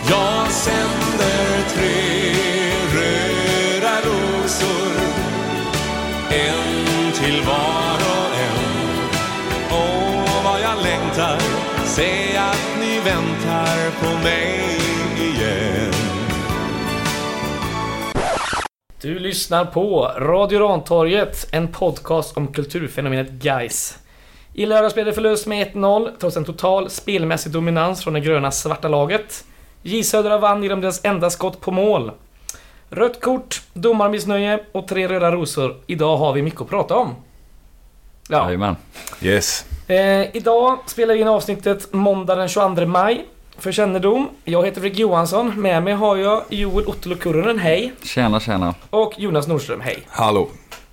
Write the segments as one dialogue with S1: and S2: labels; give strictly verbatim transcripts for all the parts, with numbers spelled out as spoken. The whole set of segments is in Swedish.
S1: Jag sänder tre röda rosor, en till var och en. Åh, vad jag längtar, säg att ni väntar på mig igen.
S2: Du lyssnar på Radio Rantorget, en podcast om kulturfenomenet Gais. I lördags blev det förlust med ett noll trots en total spelmässig dominans från det gröna svarta laget. J Södra vann genom deras enda skott på mål. Rött kort, domarmissnöje och tre röda rosor. Idag har vi mycket att prata om. Ja.
S3: Jajamän.
S4: Yes.
S2: Eh, idag spelar vi in avsnittet måndag den tjugoandra maj. För kännedom, jag heter Fredrik Johansson. Med mig har jag Joel Ottolo Kurunen, hej.
S3: Tjena, tjena.
S2: Och Jonas Nordström, hej.
S4: Hallå.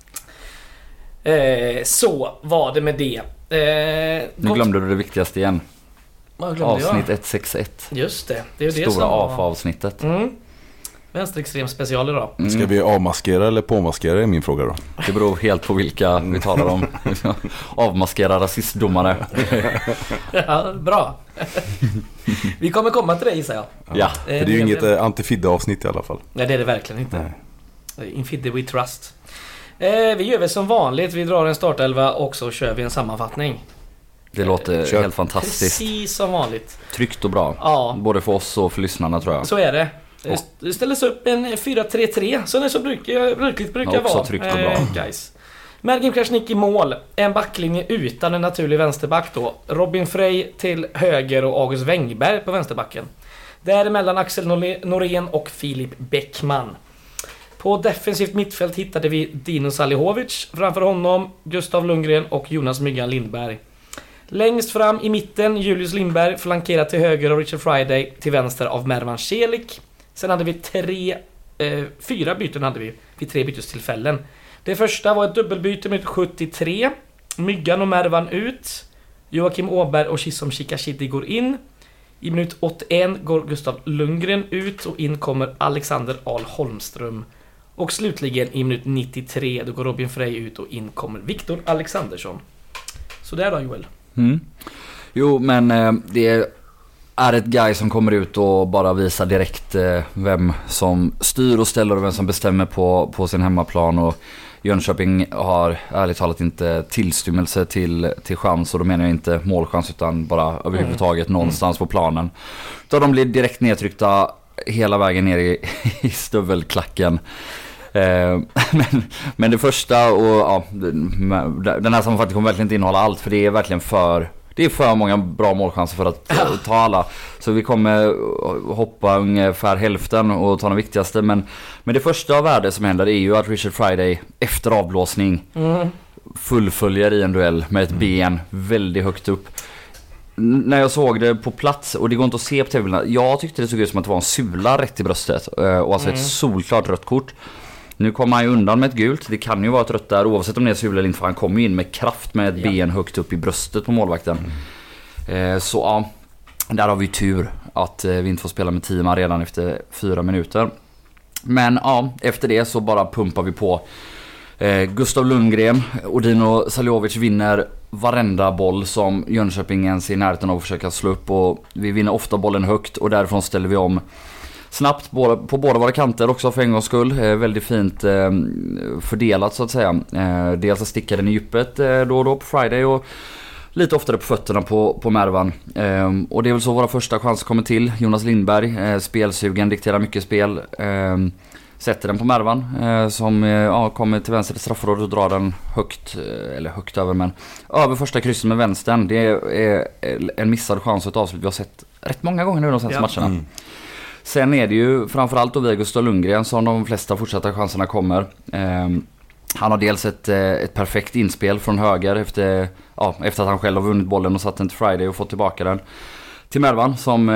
S2: Eh, så var det med det. Eh,
S3: Nu glömde du det viktigaste igen.
S2: Vad glömde jag?
S3: Avsnitt etthundrasextioett.
S2: Just det, det är ju det
S3: Stora
S2: som
S3: A F A-avsnittet.
S2: Mm. Vänsterextrem special idag.
S3: Mm.
S4: Ska vi avmaskera eller påmaskera är min fråga då.
S3: Det beror helt på vilka vi talar om. Avmaskera rasistdomare.
S2: Ja, bra. Vi kommer komma till det, gissar jag.
S3: Ja.
S4: För det är ju inget eh, antifidde-avsnitt i alla fall.
S2: Nej, det är det verkligen inte.
S4: Nej.
S2: Infidde we trust. eh, Vi gör väl som vanligt. Vi drar en startelva och så kör vi en sammanfattning.
S3: Det låter
S4: Kör.
S3: helt fantastiskt.
S2: Precis som vanligt.
S3: Tryggt och bra.
S2: Ja,
S3: Både för oss och för lyssnarna, tror jag.
S2: så är det. Det ställs upp en fyra tre tre, så det så brukar, brukligt brukar
S3: Ja, också
S2: vara.
S3: tryggt och bra.
S2: Eh, guys. Mergim Krasniqi i mål. En backlinje utan en naturlig vänsterback då. Robin Frey till höger och August Wengberg på vänsterbacken. Däremellan Axel Norén och Filip Bäckman. På defensivt mittfält hittade vi Dino Salihovic. Framför honom Gustav Lundgren och Jonas Myggan Lindberg. Längst fram i mitten Julius Lindberg, flankerat till höger av Richard Friday, till vänster av Mervan Celik. Sen hade vi tre, eh, fyra byten hade vi vid tre bytestillfällen. Det första var ett dubbelbyte med sjuttiotre. Myggan och Mervan ut. Joakim Åberg och Chisom Chikashidi går in. I minut åttioen går Gustav Lundgren ut och in kommer Alexander Ahl Holmström. Och slutligen i minut nittiotre då går Robin Frey ut och in kommer Viktor Alexandersson. Så där då, Joel.
S3: Mm. Jo, men eh, det är ett guy som kommer ut och bara visar direkt eh, vem som styr och ställer och vem som bestämmer på, på sin hemmaplan. Och Jönköping har ärligt talat inte tillstymmelse till, till chans, och då menar jag inte målchans utan bara överhuvudtaget mm. någonstans på planen. Så de blir direkt nedtryckta hela vägen ner i, i stövelklacken. Eh, men, men det första, och ja, den här sammanfattningen kommer verkligen inte innehålla allt, för det är verkligen för det är för många bra målchanser för att uh, ta alla. Så vi kommer hoppa ungefär hälften och ta de viktigaste. Men, men det första av värde som händer är ju att Richard Friday efter avblåsning mm. fullföljer i en duell med ett ben väldigt högt upp. N- när jag såg det på plats, och det går inte att se på T V, jag tyckte det såg ut som att det var en sula rätt i bröstet. Och alltså mm. ett solklart rött kort. Nu kommer han ju undan med ett gult. Det kan ju vara ett rött där oavsett om det är sula eller inte, för han kommer ju in med kraft med ett ja. ben högt upp i bröstet på målvakten. Mm. Eh, så ja, där har vi tur att eh, vi inte får spela med tio man redan efter fyra minuter. Men ja, efter det så bara pumpar vi på. eh, Gustav Lundgren och Dino Salihovic vinner varenda boll som Jönköping ens är i närheten av att försöka slå upp, och vi vinner ofta bollen högt och därifrån ställer vi om snabbt på, på båda våra kanter också för en gångs skull. Eh, väldigt fint eh, fördelat så att säga. Eh, dels att sticka den i djupet eh, då och då på Friday, och lite oftare på fötterna på, på Mervan. Eh, och det är väl så våra första chanser kommer till. Jonas Lindberg, eh, spelsugen, dikterar mycket spel. Eh, sätter den på Mervan eh, som eh, ja, kommer till vänster i straffområdet och drar den högt, eh, eller högt över, men över första kryssen med vänstern. Det är, är en missad chans att avsluta vi har sett rätt många gånger nu de senaste ja. matcherna. Mm. Sen är det ju framförallt då via Gustav Lundgren som de flesta fortsatta chanserna kommer. Eh, han har dels ett, ett perfekt inspel från höger efter, ja, efter att han själv har vunnit bollen och satt den till Friday och fått tillbaka den till Mervan som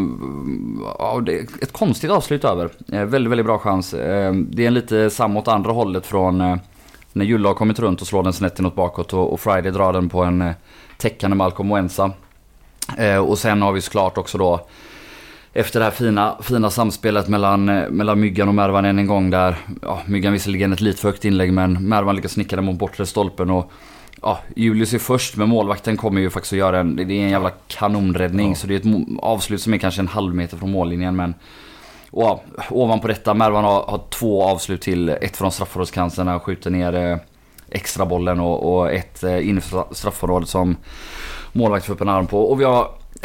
S3: eh, ja, det är ett konstigt avslut över. Eh, väldigt, väldigt bra chans. Eh, det är en lite samma åt andra hållet från eh, när Julla har kommit runt och slår den snett inåt bakåt, och, och Friday drar den på en eh, täckande Malcolm Moensa. Eh, och sen har vi såklart också då efter det här fina, fina samspelet mellan, mellan Myggan och Mervan än en gång där, ja, Myggan visserligen ett lite för högt inlägg, men Mervan lyckas snicka den mot bortre stolpen och ja, Julius är först, men målvakten kommer ju faktiskt att göra en, det är en jävla kanonräddning, ja. Så det är ett avslut som är kanske en halv meter från mållinjen, men och, ja, ovanpå detta, Mervan har, har två avslut till, ett från straffområdskanten när han skjuter ner eh, extra bollen och, och ett eh, in i straffområdet som målvakt får upp en arm på, och vi har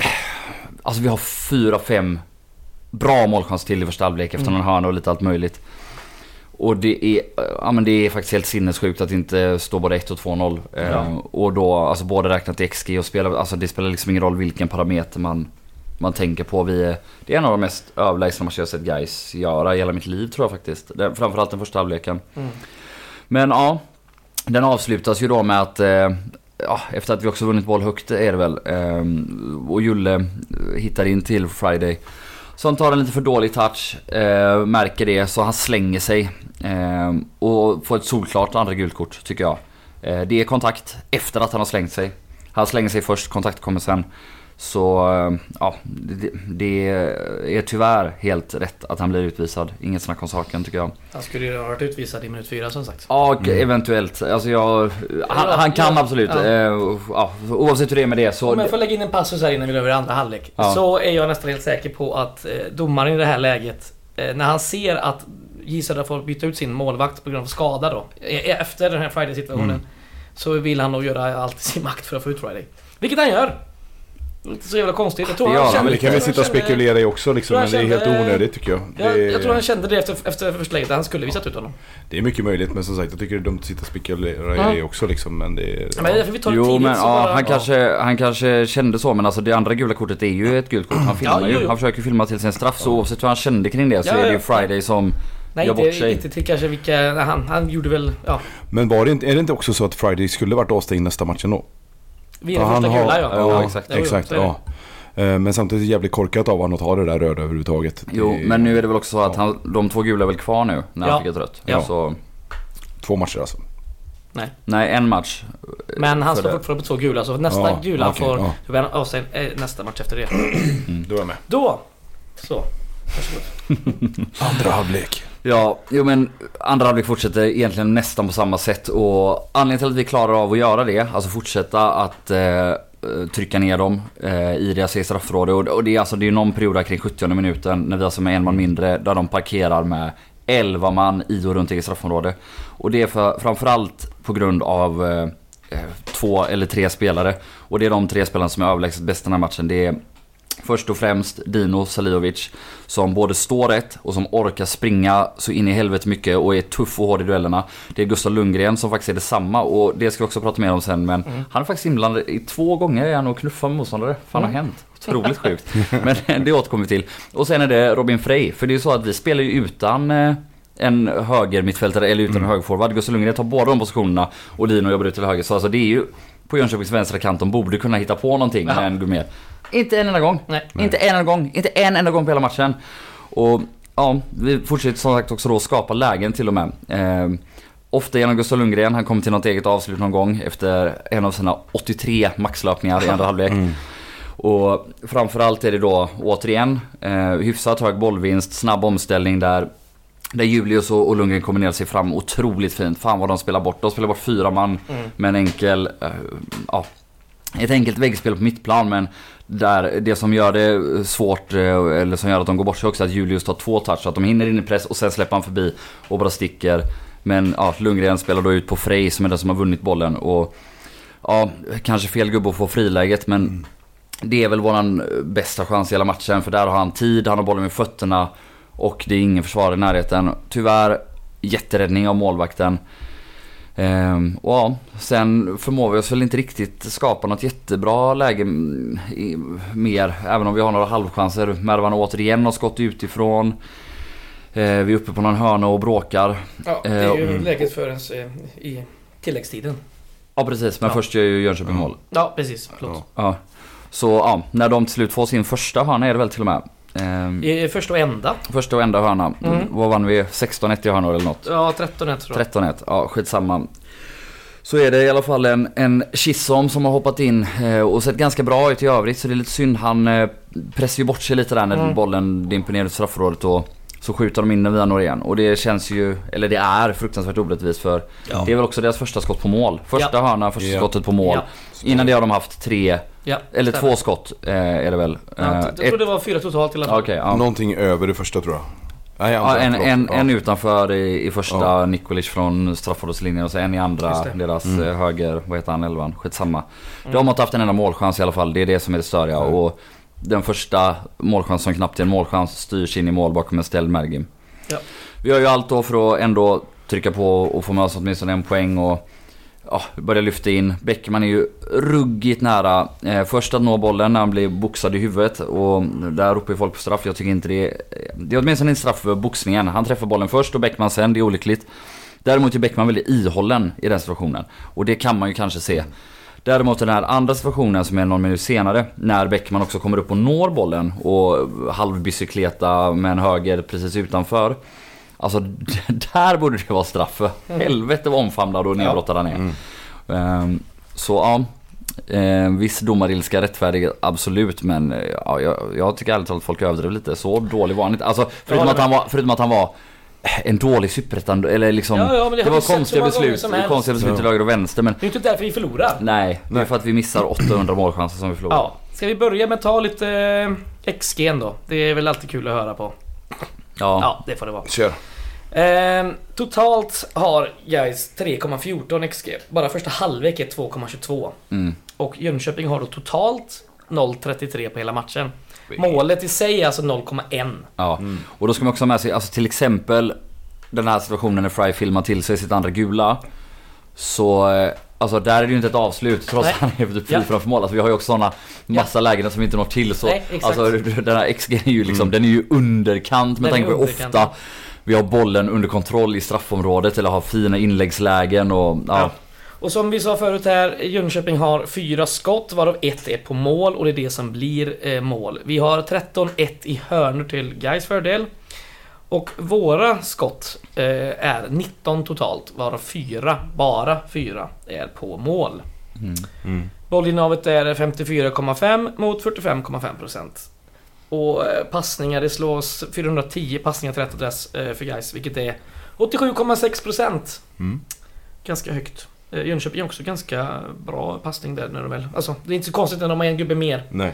S3: alltså vi har fyra, fem bra målchans till i första halvlek efter någon hörna och lite allt möjligt. Och det är, ja, men det är faktiskt helt sinnessjukt att inte stå både ett och två noll. Ja. Eh, och då, alltså både räknat till X G och spela, alltså det spelar liksom ingen roll vilken parameter man, man tänker på. Vi är, det är en av de mest överlägsna matcher jag sett guys göra i hela mitt liv, tror jag faktiskt. Det, framförallt den första halvleken. Mm. Men ja, den avslutas ju då med att eh, ja, efter att vi också vunnit boll högt är det väl. Eh, och Julle hittar in till Friday. Så han tar en lite för dålig touch, eh, märker det, så han slänger sig eh, och får ett solklart andra gulkort, tycker jag. Eh, det är kontakt efter att han har slängt sig. Han slänger sig först, kontakt kommer sen. Så eh, ja, det, det är tyvärr helt rätt att han blir utvisad. Inget snack om saken, tycker jag.
S2: Han skulle ju ha varit utvisad i minut fyra, som sagt.
S3: Ja, mm. eventuellt. Alltså jag, han, han kan absolut. Ja. Eh, ja, oavsett hur det är med det. Så
S2: om jag får lägga in en passus här innan vi över andra halvlek. Ja. Så är jag nästan helt säker på att eh, domaren i det här läget, eh, när han ser att J Södra får byta ut sin målvakt på grund av skada då, eh, efter den här Friday-situationen, mm. så vill han nog göra allt i sin makt för att få ut Friday. Vilket han gör. Inte så jävla konstigt. Jag tror
S4: ja,
S2: han kände,
S4: men det kan vi sitta och spekulera i också liksom, men det är helt onödigt, tycker jag.
S2: Jag,
S4: det,
S2: jag tror han kände det efter, efter första läget att han skulle visat ut honom.
S4: Det är mycket möjligt, men som sagt, jag tycker det är dumt att sitta och spekulera ja. i också liksom, men det är...
S2: Ja. Men det är vi tar det
S3: jo,
S2: tidigt,
S3: men ja,
S2: bara,
S3: han,
S2: ja.
S3: Kanske, han kanske kände så, men alltså det andra gula kortet är ju ett gult kort. Han filmar ja, ju, jo. han försöker filma till sin straff, så oavsett hur han kände kring det så ja, är det ju Friday som
S2: nej,
S3: gör bort
S2: inte,
S3: sig.
S2: inte till kanske vilka, han, han gjorde väl, ja.
S4: Men var det inte, är det inte också så att Friday skulle varit avstängd nästa matchen då?
S2: Vi är den första gula, ja.
S3: Ja, ja exakt.
S4: Ja, exakt, ja. Men samtidigt jävligt korkat av han att ta det där röda överhuvudtaget.
S3: Jo, det, men nu är det väl också så att han, de två gula är väl kvar nu när ja. han fick ett rött.
S4: Ja.
S3: Så...
S4: Två matcher alltså.
S2: Nej.
S3: Nej, en match.
S2: Men han står fortfarande på två gula, så nästa ja, gula
S4: okay,
S2: får
S4: ja.
S2: avstängd nästa match efter det.
S4: Mm, då är jag med.
S2: Då. Så. Varsågod.
S4: Andra halvlek.
S3: Ja, jo men andra halvlek fortsätter egentligen nästan på samma sätt, och anledningen till att vi klarar av att göra det, alltså fortsätta att eh, trycka ner dem eh, i deras straffområde, och, och det är alltså det är någon period kring sjuttionde minuten när vi alltså med en man mindre där de parkerar med elva man i och runt eget straffområde, och det är för, framförallt på grund av eh, två eller tre spelare, och det är de tre spelarna som är överlägset bäst den här matchen. Det är först och främst Dino Saliovic, som både står rätt och som orkar springa så in i helvete mycket och är tuff och hård i duellerna. Det är Gustav Lundgren som faktiskt är detsamma, och det ska vi också prata mer om sen, men mm. han är faktiskt inblandad i två gånger är han och knuffar med motståndare. Fan har mm. hänt? Otroligt sjukt. Men det återkommer vi till. Och sen är det Robin Frey, för det är ju så att vi spelar ju utan en höger mittfältare eller utan mm. en högerforward. Gustav Lundgren tar båda de positionerna och Dino jobbar ut till höger, så alltså det är ju på Jönköpings vänstra kant, de borde kunna hitta på någonting med en Gumer. Inte en enda gång. Nej. Inte en enda gång. Inte en enda gång på hela matchen. Och ja, vi fortsätter som sagt också då skapa lägen till och med. Eh, ofta genom Gustav Lundgren. Han kom till något eget avslut någon gång efter en av sina åttiotre maxlöpningar i andra halvlek. Mm. Och framförallt är det då återigen eh, hyfsat hög bollvinst, snabb omställning där där Julius och, och Lundgren kombinerar sig fram otroligt fint. Fan vad de spelar bort. De spelar bort fyra man mm. med en enkel eh, ja, ett enkelt väggspel på mittplan, men där det som gör det svårt, eller som gör att de går bort sig också, att Julius tar två touch, så att de hinner in i press och sen släpper han förbi och bara sticker. Men ja, Lundgren spelar då ut på Frey som är den som har vunnit bollen, och ja, kanske fel gubbe att få friläget, men mm. det är väl våran bästa chans i hela matchen, för där har han tid, han har bollen med fötterna och det är ingen försvar i närheten. Tyvärr jätteräddning av målvakten. Ehm, och ja, sen förmår vi oss väl inte riktigt skapa något jättebra läge i, mer, även om vi har några halvchanser. Mervan återigen har skott utifrån. Ehm, vi är uppe på någon hörna och bråkar.
S2: Ja, det är ju ehm, läget för ens eh, i tilläggstiden.
S3: Ja, precis, men ja. först gör ju Jönköping mål.
S2: Ja, precis, förlåt.
S3: Ja. Så ja, när de till slut får sin första hörna är det väl till och med
S2: I första och enda
S3: Första och enda hörna. Mm. Vad vann vi? sexton ett i hörnor eller något?
S2: Ja, tretton ett tror jag.
S3: tretton ett, ja, skitsamma. Så är det i alla fall en, en Chisholm som har hoppat in eh, och sett ganska bra ut i övrigt, så det är lite synd. Han eh, pressar ju bort sig lite där när mm. bollen dimper ner i straffområdet, och så skjuter de in den via Norén. Och det känns ju, eller det är fruktansvärt orättvist för ja. det är väl också deras första skott på mål. Första ja. hörna, första ja. skottet på mål. Ja. Innan det har de haft tre, ja, eller stämmer. två skott eh, är det väl.
S2: Ja, jag tror Ett... det var fyra totalt i alla fall.
S3: Okay, ja.
S4: Någonting över det första tror jag. Nej,
S3: ja, en, en, en utanför i, i första ja. Nikolic från straffområdeslinjen och så en i andra deras mm. höger, vad heter han, elvan, skitsamma. Mm. De har inte haft en enda målchans i alla fall, det är det som är det störiga. Mm. Och den första målchans som knappt är en målchans styrs in i mål bakom en ställd Mergim. Ja. Vi har ju allt då för att ändå trycka på och få med oss åtminstone en poäng och ja, börja lyfta in. Bäckman är ju ruggigt nära eh, först att nå bollen när han blir boxad i huvudet och där ropar ju folk på straff. Jag tycker inte det är, det är åtminstone en straff för boxningen. Han träffar bollen först och Bäckman sen, det är olyckligt. Däremot är Bäckman väldigt ihållen i den situationen och det kan man ju kanske se. Däremot den här andra situationen som är någon minut senare när Bäckman också kommer upp och når bollen och halvbicykleta med en höger precis utanför. Alltså där borde det vara straff. Mm. Helvete vad omfamnad och nedbrottad han är. Mm. Um, så ja, um, viss domarilska rättfärdig absolut, men ja, jag, jag tycker ärligt talat att folk överdriver lite. Så dålig var han inte. Alltså förutom, ja, att han var, förutom att han var en dålig superettan eller liksom
S2: ja, ja, det,
S3: det var konstiga beslut, konstiga beslut till höger och vänster, men
S2: det är inte därför vi förlorar.
S3: Nej, det är för att vi missar åttahundra målchanser som vi förlorar.
S2: Ja, ska vi börja med att ta lite eh, X G då? Det är väl alltid kul att höra på.
S3: Ja,
S2: ja det får det vara.
S4: Kör.
S2: Eh, totalt har Gais tre komma fjorton X G. Bara första halvlek är två komma tjugotvå. Mm. Och Jönköping har då totalt noll komma trettiotre på hela matchen. Målet i sig är alltså noll komma ett.
S3: Ja, mm. Och då ska man också ha med sig, alltså till exempel den här situationen när Fry filmar till sig sitt andra gula. Så alltså där är det ju inte ett avslut trots att han är typ fri framför mål. Alltså vi har ju också sådana massa ja. lägen som vi inte når till. Så nej, alltså den här X G är ju liksom, mm. den är ju underkant med tanke på ofta vi har bollen under kontroll i straffområdet eller har fina inläggslägen och ja. ja.
S2: Och som vi sa förut här, Jönköping har fyra skott varav ett är på mål och det är det som blir eh, mål. Vi har tretton ett i hörnor till Gais fördel. Och våra skott eh, är nitton totalt varav fyra, bara fyra är på mål. Mm. Mm. Bollinnehavet är femtiofyra komma fem mot fyrtiofem komma fem procent. Och eh, passningar, det slås fyrahundratio passningar till rätt adress eh, för Gais, vilket är åttiosju komma sex procent. Mm. Ganska högt. Jönköping är också ganska bra passning där när de väl. Alltså, det är inte så konstigt när de har en gubbe mer.
S4: Nej.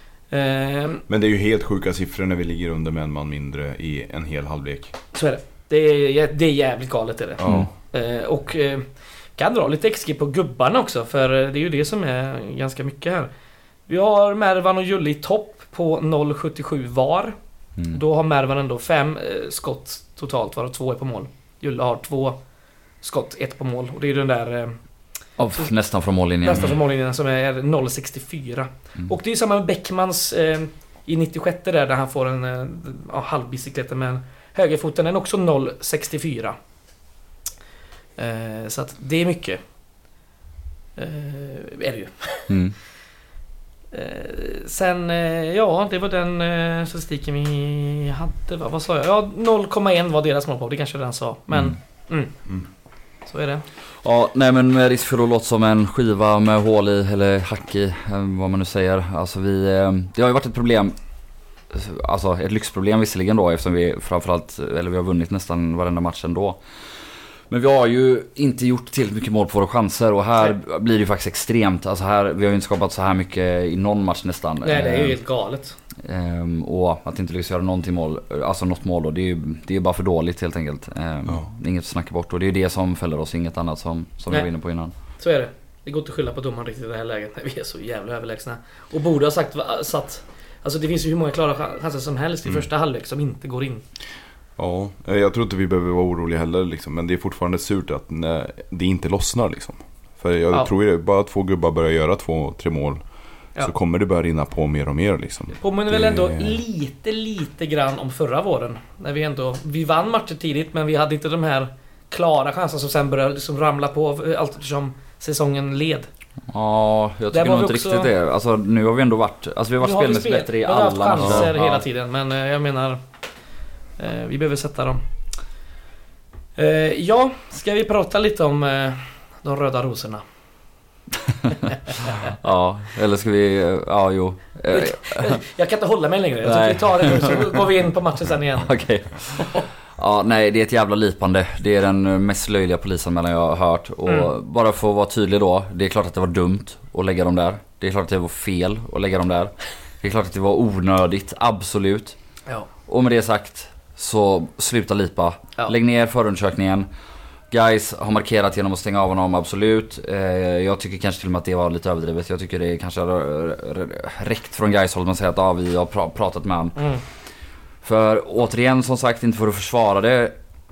S4: Eh, Men det är ju helt sjuka siffror när vi ligger under med en man mindre i en hel halvlek.
S2: Så är det. Det är, det är jävligt galet är det.
S4: Mm.
S2: Eh, och eh, kan dra lite X G på gubbarna också, för det är ju det som är ganska mycket här. Vi har Mervan och Julle i topp på noll komma sjuttiosju var. Mm. Då har Mervan ändå fem eh, skott totalt varav två är på mål. Julle har två skott, ett på mål. Och det är den där eh,
S3: oh, nästan från mållinjen.
S2: Nästan från mållinjen som är noll komma sextiofyra. Mm. Och det är samma med Bäckmans eh, i nittiosju där, där han får en eh, halvbicykleta med högerfoten. Den är också noll komma sextiofyra. Eh, så att det är mycket. Eh, är det ju. Mm. eh, sen, eh, ja, det var den eh, statistiken vi hade. Va? Vad sa jag? Ja, noll komma ett var deras mål på. Det kanske den sa. Men mm. Mm. Mm. Så är det.
S3: Ja, nej men med risk för att låta som en skiva med hål i eller hack i, vad man nu säger. Alltså vi, det har ju varit ett problem, alltså ett lyxproblem visserligen då, eftersom vi framförallt, eller vi har vunnit nästan varenda match ändå. Men vi har ju inte gjort tillräckligt mycket mål på våra chanser och här nej. blir det ju faktiskt extremt. Alltså här, vi har ju inte skapat så här mycket i någon match nästan.
S2: Nej, det är ju helt galet.
S3: Um, och att inte lyckas göra någonting mål, alltså något mål då, det är ju det är bara för dåligt helt enkelt. Um, ja. Inget att snacka bort och det är det som fäller oss, inget annat som, som vi var inne på innan.
S2: Så är det. Det går inte att skylla på domaren riktigt i det här läget när vi är så jävla överlägsna. Och borde ha sagt, satt, alltså det finns ju hur många klara chanser som helst i mm. första halvlek som inte går in.
S4: Ja, jag tror inte vi behöver vara oroliga heller liksom, men det är fortfarande surt att det inte lossnar liksom. För jag ja. tror att bara två gubbar börjar göra två, tre mål. Ja. Så kommer det börja rinna på mer och mer liksom.
S2: Det påminner det... väl ändå lite, lite grann om förra våren. När vi ändå, vi vann matcher tidigt men vi hade inte de här klara chanser som sen började liksom ramla på allt eftersom säsongen led.
S3: Ja, jag tycker nog inte också... riktigt det. Alltså nu har vi ändå varit, alltså vi har varit spelmässigt spel. bättre i alla matcher. Vi har haft chanser
S2: ja. hela tiden, men eh, jag menar eh, vi behöver sätta dem. Eh, ja, ska vi prata lite om eh, de röda rosorna?
S3: Ja, eller ska vi... Ja, jo.
S2: Jag kan inte hålla mig längre. Jag tycker vi tar det nu så går vi in på matchen sen igen.
S3: Okej. Ja, nej, det är ett jävla lipande. Det är den mest löjliga polisanmälan jag har hört. Och mm. bara för att vara tydlig då, det är klart att det var dumt att lägga dem där. Det är klart att det var fel att lägga dem där. Det är klart att det var onödigt, absolut.
S2: Ja.
S3: Och med det sagt, så sluta lipa. Ja. Lägg ner förundersökningen. Guys har markerat genom att stänga av honom, absolut. Eh, jag tycker kanske till och med att det var lite överdrivet. Jag tycker det kanske har räckt från Guys håll. Man säger att ja, vi har pra- pratat med han. Mm. För återigen, som sagt, inte för att försvara det.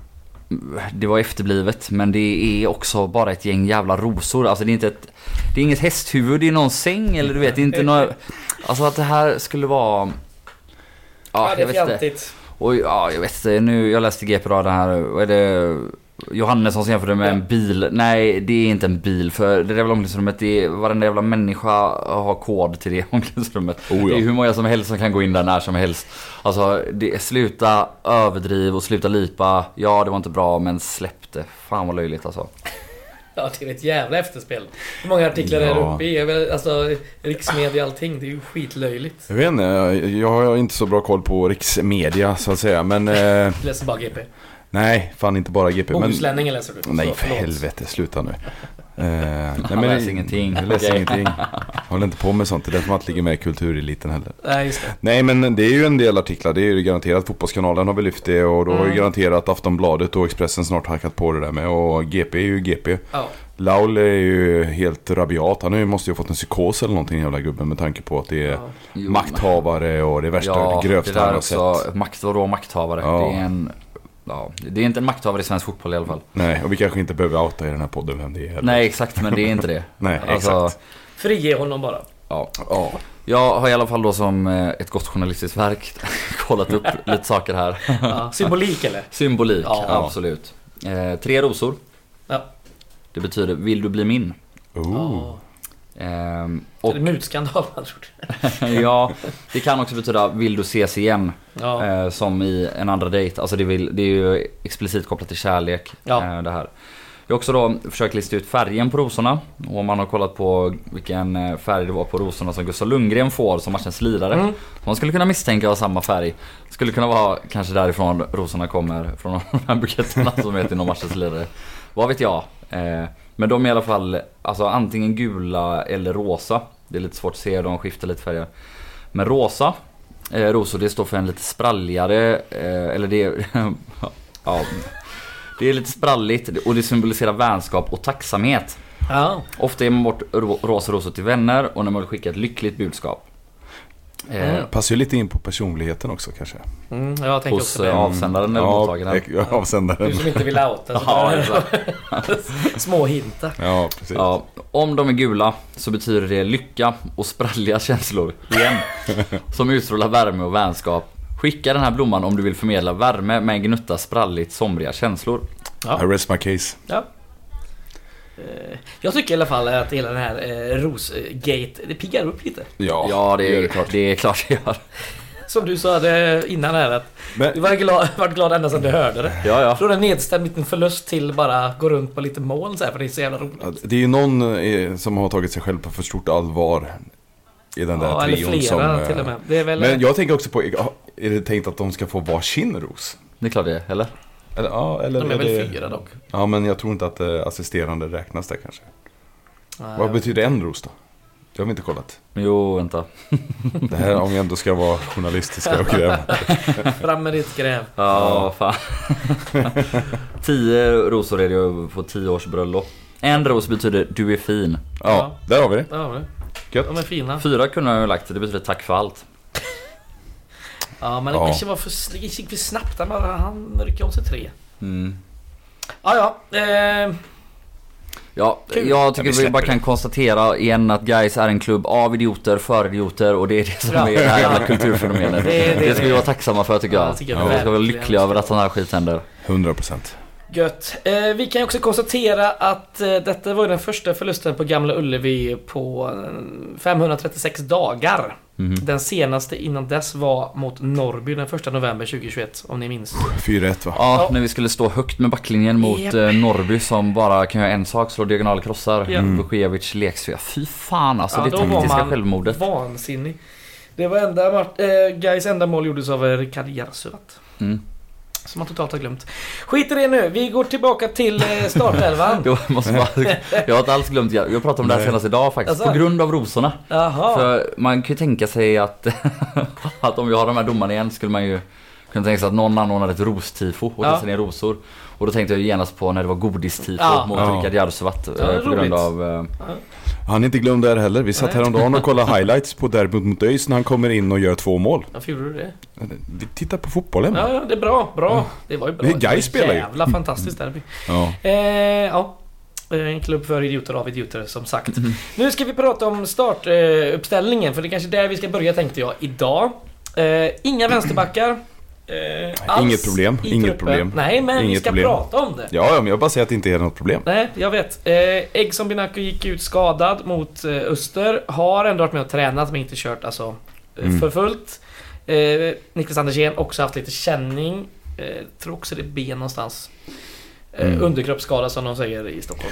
S3: Det var efterblivet, men det är också bara ett gäng jävla rosor. Alltså det är inte ett, det är inget hästhuvud i någon säng eller du vet inte några, alltså att det här skulle vara
S2: ja, ja det är fjantigt.
S3: Och ja, jag vet inte, nu jag läste G P idag, det här, vad är det, Johannesson som jämförde med ja. en bil. Nej, det är inte en bil, för det jävla omklädningsrummet, det är, varenda jävla människa har kod till det omklädningsrummet. Oh, ja. Det är hur många som helst som kan gå in där när som helst. Alltså, det, sluta överdriv och sluta lipa. Ja, det var inte bra, men släpp det. Fan vad löjligt alltså.
S2: Ja, det är ett jävla efterspel. Hur många artiklar ja. är det uppe i? Alltså, riksmedia allting, det är ju skitlöjligt.
S4: Jag vet inte, jag har inte så bra koll på riksmedia så att säga, men... Eh...
S2: läser bara G P.
S4: Nej, fan inte bara G P.
S2: Bohuslänningen läser du.
S4: Nej, för helvete, sluta nu.
S3: Uh, nej, men jag läser ingenting.
S4: Jag läser okay. ingenting. Jag håller inte på med sånt. Det är därför man inte ligger med i kultureliten heller.
S2: Nej, just det.
S4: Nej, men det är ju en del artiklar. Det är ju garanterat Fotbollskanalen har väl lyft det. Och då mm. har ju garanterat Aftonbladet och Expressen snart hackat på det där med. Och G P är ju G P.
S2: Ja.
S4: Laul är ju helt rabiat. Han måste ju ha fått en psykos eller någonting, jävla gubben, med tanke på att det är ja. makthavare och det värsta,
S3: ja,
S4: det grövsta han har sett.
S3: Makt och rå makthavare.
S4: Ja.
S3: Det är en... Ja, det är inte en makthavare i svensk fotboll i alla fall.
S4: Nej, och vi kanske inte behöver outa i den här podden vem det är.
S3: Nej, exakt, men det är inte det.
S4: Nej,
S3: alltså,
S4: exakt.
S2: Frige honom bara.
S3: Ja. ja. Jag har i alla fall då som ett gott journalistiskt verk kollat upp lite saker här.
S2: Ja. Symbolik eller?
S3: Symbolik,
S2: ja.
S3: absolut. Eh, tre rosor.
S2: Ja.
S3: Det betyder, vill du bli min?
S2: Oh.
S3: Ehm, och,
S2: det är mutskandal,
S3: ja, det kan också betyda vill du ses igen,
S2: ja.
S3: eh, som i en andra dejt. Alltså det, vill, det är ju explicit kopplat till kärlek,
S2: ja.
S3: eh, det här. Jag har också då försökt lista ut färgen på rosorna. Och man har kollat på vilken färg det var på rosorna som Gustav Lundgren får som matchens lirare. Mm. Man skulle kunna misstänka av samma färg. Skulle kunna vara kanske därifrån rosorna kommer, från de här buketterna som heter någon matchens lirare. Vad vet jag. Eh, men de är i alla fall alltså antingen gula eller rosa. Det är lite svårt att se, de skiftar lite färger. Men rosa eh, rosor, det står för en lite spralligare eh, eller det ja, det är lite spralligt och det symboliserar vänskap och tacksamhet.
S2: Ja.
S3: Ofta ger man bort ro- rosa rosor till vänner och när man vill skicka ett lyckligt budskap.
S4: Mm. Eh, Passar ju lite in på personligheten också kanske.
S2: Mm, jag tänker
S3: hos också avsändaren eller
S4: ja,
S3: mottagaren.
S4: Ja, avsändaren.
S2: Du som inte vill outa.
S3: Ja,
S2: små hintar.
S4: Ja, precis.
S3: Ja, om de är gula så betyder det lycka och spralliga känslor igen. Som utstrålar värme och vänskap. Skicka den här blomman om du vill förmedla värme med en gnutta spralligt somriga känslor.
S2: Ja.
S4: I rest my case.
S2: Ja. Jag tycker i alla fall att hela den här eh, Rosgate, det piggar upp lite.
S3: Ja, ja det, är, det, är klart. det är klart det gör.
S2: Som du sa det innan här att Men... du var glad, var glad ända sedan du hörde det.
S3: Ja, ja.
S2: Från en nedstämd liten förlust till bara gå runt på lite moln så här, för det är så jävla roligt.
S4: Ja, det är ju någon eh, som har tagit sig själv på för stort allvar i den där
S2: ja,
S4: trion
S2: eller flera,
S4: som...
S2: till och med. Det är väl...
S4: Men jag tänker också på, är det tänkt att de ska få varsin ros?
S3: Det är klart det, eller?
S4: Eller, ja, eller
S2: de är, är väl
S4: det...
S2: fyra dock.
S4: Ja, men jag tror inte att äh, assisterande räknas där kanske.
S2: Nej,
S4: vad betyder en ros då? Det har vi inte kollat.
S3: Jo, vänta.
S4: Det här om vi ändå ska vara journalistiska och gräva.
S2: Fram med ditt gräv.
S3: Ja, fan. Tio rosor är det ju på tio års bröllop. En ros betyder du är fin.
S4: Ja, ja. Där har vi det.
S2: Där har vi det.
S4: Gött.
S2: De är fina.
S3: Fyra kunde jag ha lagt, det betyder tack för allt.
S2: Ja, men det ja. kanske var för, det gick för snabbt. Han, han ryckte om sig tre.
S3: Mm.
S2: Ja, ja. Eh...
S3: Ja, Kul. jag tycker vi, vi bara kan konstatera igen att Guys är en klubb av idioter, för idioter, och det är det som ja. är det här jävla kulturfenomenet. Det, det, det ska vi vara tacksamma för, tycker jag. Ja, tycker jag. Ja. Vi ska vara lyckliga över att sån här skit händer.
S4: hundra procent.
S2: Gött. Eh, vi kan ju också konstatera att eh, detta var den första förlusten på Gamla Ullevi på femhundratrettiosex dagar. Mm. Den senaste innan dess var mot Norrby den första november tjugohundratjugoett, om ni minns.
S4: fyra ett va?
S3: Ja,
S2: Ja.
S3: när vi skulle stå högt med backlinjen mot
S2: Yep.
S3: eh, Norrby som bara kan göra en sak, slå diagonala krossar.
S2: Ja.
S3: Mm. Vucevic leksfia. Fy fan alltså,
S2: Ja,
S3: det
S2: då var
S3: taktiska
S2: man
S3: självmordet.
S2: vansinnig. Det var enda äh, Gais enda mål gjordes av Rickard Jarsuvat.
S3: Mm.
S2: Som man totalt har glömt. Skit i det nu, vi går tillbaka till eh, startelvan.
S3: Jag, måste bara, jag har inte alls glömt, jag, jag pratade om det här senast idag faktiskt,
S2: Alltså.
S3: på grund av rosorna.
S2: Jaha.
S3: För man kan ju tänka sig att, att om vi har de här domarna igen skulle man ju kunna tänka sig att någon anordnade ett rostifo och
S2: Ja.
S3: kastade ner rosor. Och då tänkte jag genast på när det var godistifo
S2: Ja.
S3: mot
S4: Ja.
S3: Rickard Jarsuvat
S2: Ja,
S3: eh, på
S2: roligt.
S3: grund av... Eh,
S4: Han är inte glömd där heller. Vi satt
S2: Nej.
S4: häromdagen och kollade highlights på derbyt mot ÖIS när han kommer in och gör två mål.
S2: Varför gjorde du det?
S4: Vi tittar på fotbollen.
S2: Ja, ja, det är bra, bra. Det var ju bra.
S4: Det är Gais spelar ju.
S2: Jävla fantastiskt derby.
S4: Ja.
S2: Eh, ja. En klubb för idioter av idioter, som sagt. Nu ska vi prata om startuppställningen, för det är kanske där vi ska börja, tänkte jag, idag. Eh, inga vänsterbackar. Eh, alls
S4: Inget problem,
S2: i
S4: inget
S2: truppen.
S4: problem.
S2: Nej, men vi
S4: Inget
S2: ska
S4: problem.
S2: prata om det.
S4: Ja, ja, men jag bara säger att det inte är något problem.
S2: Nej, jag vet. Eh, Egson Binaku gick ut skadad mot eh, Öster. Har ändå varit med och tränat, men inte kört alltså eh,
S4: Mm.
S2: för fullt. Eh, Niklas Andersén också haft lite känning. Eh, tror också det är ben någonstans. Eh,
S4: Mm.
S2: Underkroppsskada som de säger i Stockholm.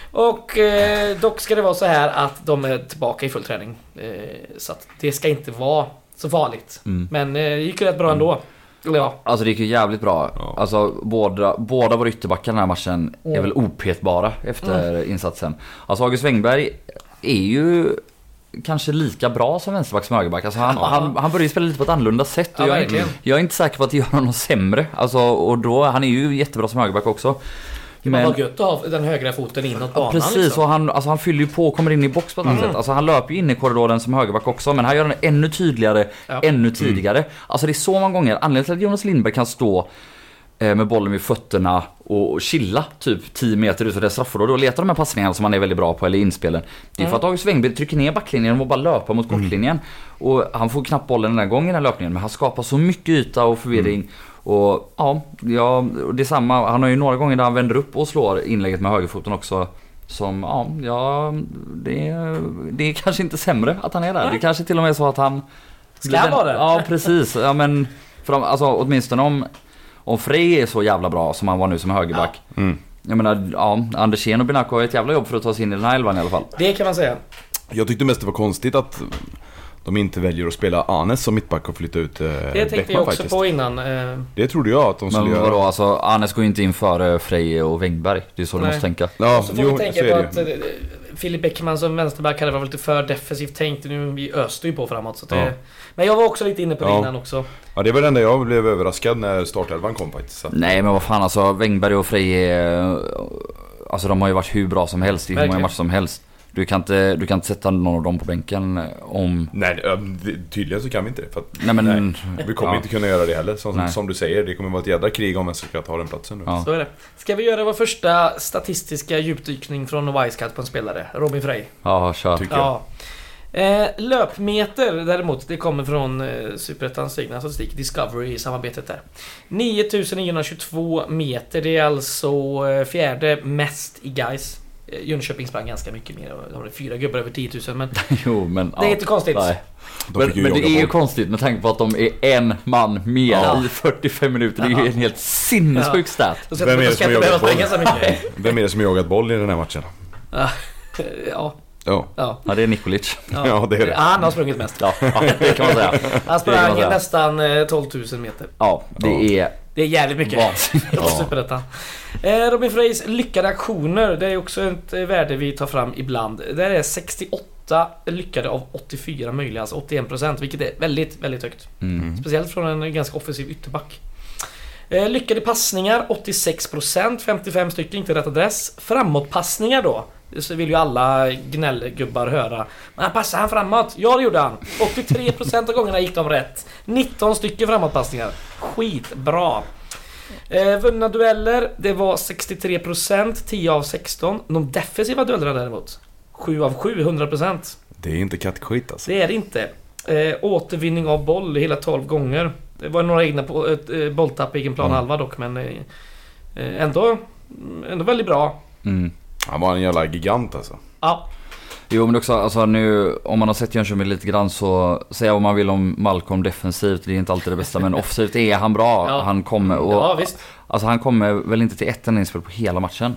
S2: Och eh, dock ska det vara så här att de är tillbaka i full träning. Eh, så att det ska inte vara så farligt.
S3: mm.
S2: Men eh, det gick ju rätt bra ändå. Eller ja.
S3: Alltså det gick ju jävligt bra.
S4: Ja.
S3: Alltså båda, båda våra ytterbackar den här matchen är
S2: Mm.
S3: väl opetbara efter insatsen. Alltså August Wengberg är ju kanske lika bra som vänsterback som högerback. Alltså han,
S2: Ja.
S3: han, han börjar ju spela lite på ett annorlunda sätt.
S2: Ja,
S3: Och jag,
S2: verkligen.
S3: jag är inte säker på att det gör honom sämre. Alltså, och då, han är ju jättebra som högerback också.
S2: Det var gött att ha den högra foten inåt banan.
S3: Precis,
S2: liksom.
S3: och han, alltså han fyller ju på och kommer in i box på ett annat
S2: Mm.
S3: sätt. Alltså han löper ju in i korridoren som högerback också, men han gör den ännu tydligare,
S2: Ja.
S3: ännu tidigare. Alltså det är så många gånger. Anledningen till att Jonas Lindberg kan stå eh, med bollen vid fötterna och chilla typ tio meter ut för det straffområdet och leta de här passningarna som han är väldigt bra på, eller inspelen. Det är
S2: Mm.
S3: för att August Wengberg trycker ner backlinjen och bara löpa mot kortlinjen. Och han får knappt bollen den här gången i den löpningen, men han skapar så mycket yta och förvirring. Och ja, ja, det är samma. Han har ju några gånger där han vänder upp och slår inlägget med högerfoten också. Som, ja, ja det, det är kanske inte sämre att han är där.
S2: Nej.
S3: Det kanske till och med är så att han...
S2: Ska
S3: blir den-
S2: vara det.
S3: Ja, precis. Ja, men för de, alltså, åtminstone om, om Frey är så jävla bra som han var nu som högerback.
S4: Mm.
S3: Jag menar, ja, Andersén och Binaku har ett jävla jobb för att ta sig in i den här elvan i alla fall.
S2: Det kan man säga.
S4: Jag tyckte mest det var konstigt att de inte väljer att spela Anes som mittback och flytta ut eh,
S2: Det tänkte
S4: Bäckman
S2: jag också
S4: faktiskt.
S2: på innan. Eh,
S4: Det trodde jag att de skulle
S3: Men
S4: göra.
S3: vadå, alltså Arnes går ju inte in före Frey och Wengberg. Det är så du
S2: Nej.
S3: måste tänka.
S4: Ja,
S2: så får
S4: jo,
S2: vi
S4: så
S2: tänka
S4: är
S2: på
S4: det
S2: att
S4: ju.
S2: eh, Filip Bäckman som vänsterback hade varit lite för defensivt tänkt. Nu vi öste ju på framåt. Så att det,
S4: Ja.
S2: Men jag var också lite inne på det
S4: Ja.
S2: innan också.
S4: Ja, det var det enda jag blev överraskad när startelvan kom faktiskt. Så att-
S3: Nej, men vad fan, alltså Wengberg och Frey är... Alltså de har ju varit hur bra som helst i hur många
S2: Verkligen.
S3: matcher som helst. Du kan inte, du kan inte sätta någon av dem på bänken om...
S4: Nej, det- det- tydligen så kan vi inte det. För att,
S3: Nej, men...
S4: nej, vi kommer
S3: ja.
S4: inte kunna göra det heller. Som,
S3: Nej.
S4: som du säger, det kommer vara ett jädra krig om vem som ska ta den platsen nu.
S3: Ja.
S2: Så är det. Ska vi göra vår första statistiska djupdykning från Wisecat på en spelare? Robin Frey.
S3: Ja, kör.
S4: Tycker jag.
S2: Ja. Eh, löpmeter däremot, det kommer från eh, Superettans egna statistik, Discovery i samarbetet där. nio tusen niohundratjugotvå meter, det är alltså eh, fjärde mest i Gais. Eh, Jönköping sprang ganska mycket mer, de har fyra gubbar över tio tusen, men
S3: Jo, men...
S2: det är inte konstigt.
S3: Nej.
S4: De
S3: Men,
S4: fick ju
S3: men det
S4: jaga
S3: är ju
S4: boll.
S3: konstigt med tanke på att de är en man mer
S2: Ja.
S3: i fyrtiofem minuter. Det är
S2: Ja.
S3: ju en helt sinnessjuk
S2: Ja.
S3: stat.
S2: Då ska,
S4: Vem är
S2: då
S4: det
S2: ska
S4: som
S2: inte
S4: har
S2: behöva
S4: jagat
S2: springa så mycket.
S4: Vem är det som har jagat boll i den här matchen?
S2: Ja, ja,
S4: Ja,
S2: ja.
S3: Ja, det är Nikolic.
S4: ja det är det.
S2: Han har sprungit mest.
S3: Ja, ja, det kan man säga.
S2: Han
S3: Det kan man
S2: sprang
S3: säga.
S2: nästan eh, tolv tusen meter.
S3: Ja, det är
S2: Det är jävligt mycket.
S3: vansinnigt.
S2: Ja. Superettan. Eh, Robin Freys lyckade aktioner, det är också ett eh, värde vi tar fram ibland. Det är sextioåtta lyckade av åttiofyra möjliga, alltså åttioen procent, vilket är väldigt, väldigt högt.
S3: Mm.
S2: Speciellt från en ganska offensiv ytterback. Eh, lyckade passningar, åttiosex procent, femtiofem stycken, inte rätt adress. Framåtpassningar då, så vill ju alla gnällgubbar höra. Men passade han framåt? Ja, det gjorde han. åttiotre procent av gångerna gick de rätt. nitton stycken framåtpassningar. Skitbra. Eh, vunna dueller, det var sextiotre procent, tio av sexton. De defensiva duellerna däremot, sju av sju, hundra procent.
S4: Det är inte kattskit alltså.
S2: Det är det inte. Eh, återvinning av boll hela tolv gånger. Det var några egna på, ett, eh, bolltapp i egen plan
S4: Mm.
S2: halva dock, men eh, ändå, ändå väldigt bra.
S3: Mm.
S4: Han var en jävla gigant alltså.
S2: Ja,
S3: Jo, men också, alltså, nu, om man har sett Jönköping lite grann så säga vad man vill om Malcolm defensivt, det är inte alltid det bästa, men offensivt är han bra. Ja. Han kommer och,
S2: ja, visst.
S3: Alltså han kommer väl inte till ett enda inspel på hela matchen.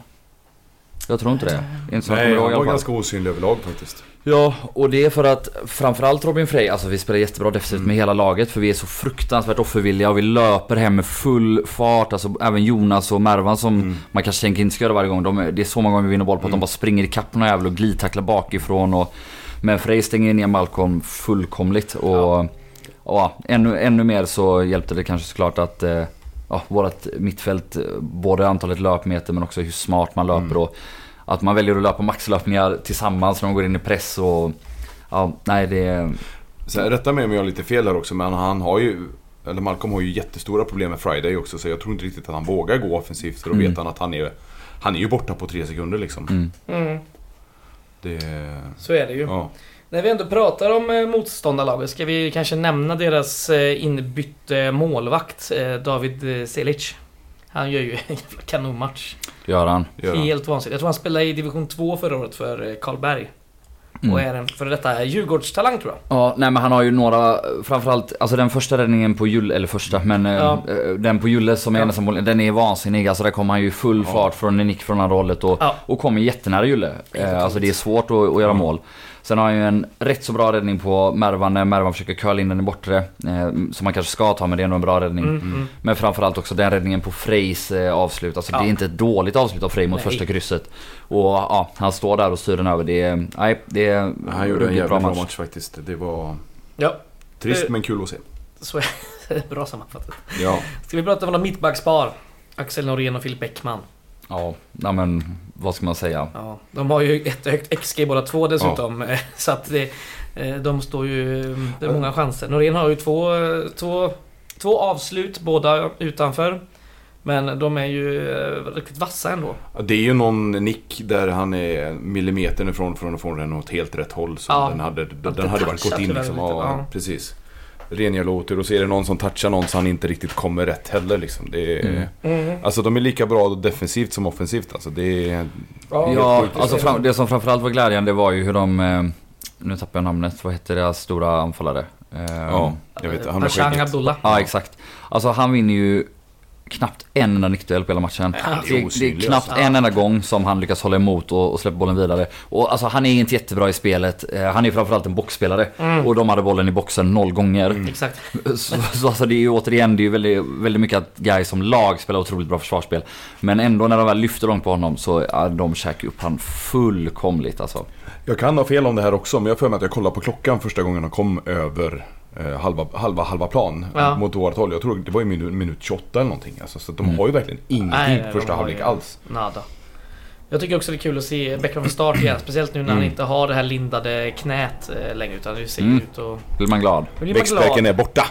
S3: Jag tror inte det. Inte
S4: Nej, han var ganska osynlig överlag faktiskt.
S3: Ja, och det är för att framförallt Robin Frey, alltså vi spelar jättebra defensivt mm. med hela laget, för vi är så fruktansvärt offervilliga och vi löper hem med full fart. Alltså även Jonas och Mervan som mm. man kanske tänker inte ska göra varje gång, de, det är så många gånger vi vinner boll på mm. att de bara springer i kapp någon jävla och glidtacklar bakifrån och, men Frey stänger ner Malcolm fullkomligt och ja. Ja, ännu, ännu mer så hjälpte det kanske såklart att eh, ja, vårt mittfält, både antalet löpmeter men också hur smart man löper mm. och att man väljer att löpa maxlöpningar tillsammans när man går in i press och ja, nej det...
S4: Sen rätta mig om jag har lite fel här också, men han har ju, eller Malcolm har ju jättestora problem med Friday också, så jag tror inte riktigt att han vågar gå offensivt, för då mm. vet han att han är, han är ju borta på tre sekunder liksom.
S3: Mm.
S2: Mm.
S4: Det...
S2: Så är det ju. Ja. När vi ändå pratar om motståndarlaget ska vi kanske nämna deras inbytte målvakt David Selic. Han gör ju en kanonmatch.
S3: Gör han.
S2: Gör han. Helt vansinnigt. Jag tror han spelade i division två förra året för Karlberg. Mm. Och är en för detta Djurgårdstalang tror jag.
S3: Ja, nej men han har ju några, framförallt alltså den första räddningen på Julle, eller första, men ja. äh, den på Julle som är ja. nästan, den är vansinnig. Alltså där kommer han ju full ja. fart från en nick från andra hållet och, ja. och kommer jättenära Julle. Äh, alltså det är svårt att, att göra mål. Sen har han ju en rätt så bra räddning på Mervan när Mervan försöker curla in den i bortre, eh, som man kanske ska ta, men det är nog en bra räddning. Mm, mm. Men framförallt också den räddningen på Freys eh, avslut. Alltså ja. det är inte ett dåligt avslut av Frey mot nej. första krysset. Och ja, han står där och styr den över. Det är, nej, det är
S4: han gjorde en jävla bra match. match faktiskt. Det var
S2: ja.
S4: trist men kul att se.
S2: Så är det bra sammanfattat.
S4: Ja.
S2: Ska vi prata om några mittbackspar? Axel Norén och Filip Bäckman.
S3: Ja, nej men vad ska man säga?
S2: Ja, de har ju ett högt X G båda två dessutom. Ja. Så att det, de står ju, det är många chanser. Norén har ju två, två, två avslut båda utanför. Men de är ju riktigt vassa ändå.
S4: Det är ju någon nick där han är millimeter ifrån från att få den åt helt rätt håll. Så ja. den hade, den, den hade varit gått in liksom. Ja, ja. Precis. Reniga låter och så är det någon som touchar någon så han inte riktigt kommer rätt heller liksom. Det är, mm. Mm. Alltså de är lika bra defensivt som offensivt alltså. Det är,
S3: ja, ja alltså fram, det som framförallt var glädjande var ju hur de eh, nu tappar jag namnet, vad heter deras stora anfallare? Eh,
S4: ja, jag vet han
S2: Bashang Abdullah.
S3: Ja, exakt. Alltså han vinner ju knappt en enda nickduell på hela matchen. Ja, det, är, det är knappt ja. en enda gång som han lyckas hålla emot och, och släppa bollen vidare. Och alltså han är inte jättebra i spelet. Eh, han är framförallt en boxspelare. Mm. Och de hade bollen i boxen noll gånger. Mm.
S2: Exakt.
S3: Så, så alltså det är ju återigen, det är ju väldigt, väldigt mycket att guys som lag spelar otroligt bra försvarsspel. Men ändå när de väl lyfter långt på honom så ja, de käkar upp han fullkomligt alltså.
S4: Jag kan ha fel om det här också, men jag får med att jag kollade på klockan första gången han kom över eh, halva, halva, halva plan ja. mot vårt håll. Jag tror det var i minut, minut tjugoåtta eller någonting. Alltså, så de mm. har ju verkligen ingenting på första halvlek alls.
S2: Nada. Jag tycker också det är kul att se Bäckman från start igen. Speciellt nu när mm. han inte har det här lindade knät eh, längre, utan det ser mm. ut och...
S3: Blir man glad.
S4: Växtverken är borta.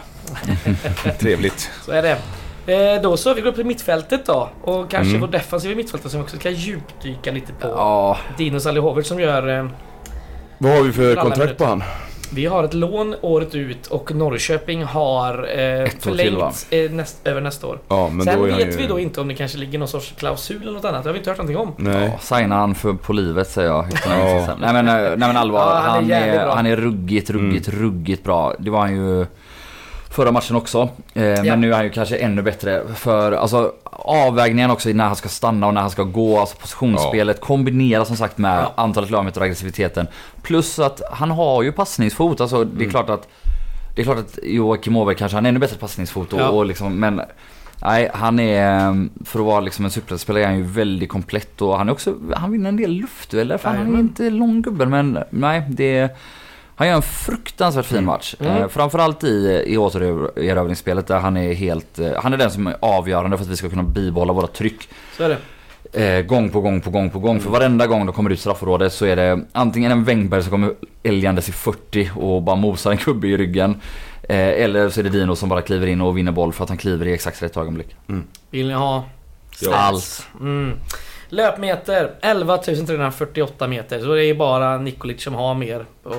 S4: Trevligt.
S2: Så är det. Eh, då så vi går upp i mittfältet då. Och kanske mm. vår defensiva mittfältet som också ska djupdyka lite på.
S3: Ja.
S2: Dinos Alihovic som gör... Eh,
S4: Vad har vi för kontrakt på han?
S2: Vi har ett lån året ut och Norrköping har eh, förlängt eh, näst, över nästa år.
S4: Ja, men
S2: sen
S4: då
S2: vet
S4: ju...
S2: vi då inte om det kanske ligger någon sorts klausul eller något annat. Det har vi inte hört någonting om.
S3: Nej. Ja, signa han för på livet säger jag. Ja. nej, men, nej men allvar, ja, han, han, är, han är ruggigt, ruggigt, mm. ruggigt bra. Det var han ju förra matchen också. Eh, ja. Men nu är han ju kanske ännu bättre. För alltså, avvägningen också när han ska stanna och när han ska gå. Alltså positionsspelet ja. kombineras som sagt med ja. antalet löpmeter och aggressiviteten. Plus att han har ju passningsfot. Alltså, det är mm. klart att det är klart att Joakim Åberg kanske har en ännu bättre passningsfot. Och, ja. och liksom, men nej, han är, för att vara liksom en superspelare är han ju väldigt komplett. Och han är också, han vinner en del luftdueller. För han är inte lång gubben, men nej, det är... Han gör en fruktansvärt fin match. Mm. Eh, framförallt i, i återerövringsspelet där han är helt... Eh, han är den som är avgörande för att vi ska kunna bibehålla våra tryck.
S2: Så är
S3: det. Eh, gång på gång på gång på gång. Mm. För varenda gång de kommer ut straffområdet så är det antingen en Wängberg som kommer älgandes i fyrtio och bara mosar en kubbe i ryggen. Eh, eller så är det Dino som bara kliver in och vinner boll för att han kliver i exakt rätt ögonblick.
S2: Mm. Vill ni ha
S3: ja. allt?
S2: Mm. Löpmeter elva tusen trehundrafyrtioåtta meter. Så det är bara Nikolic som har mer på,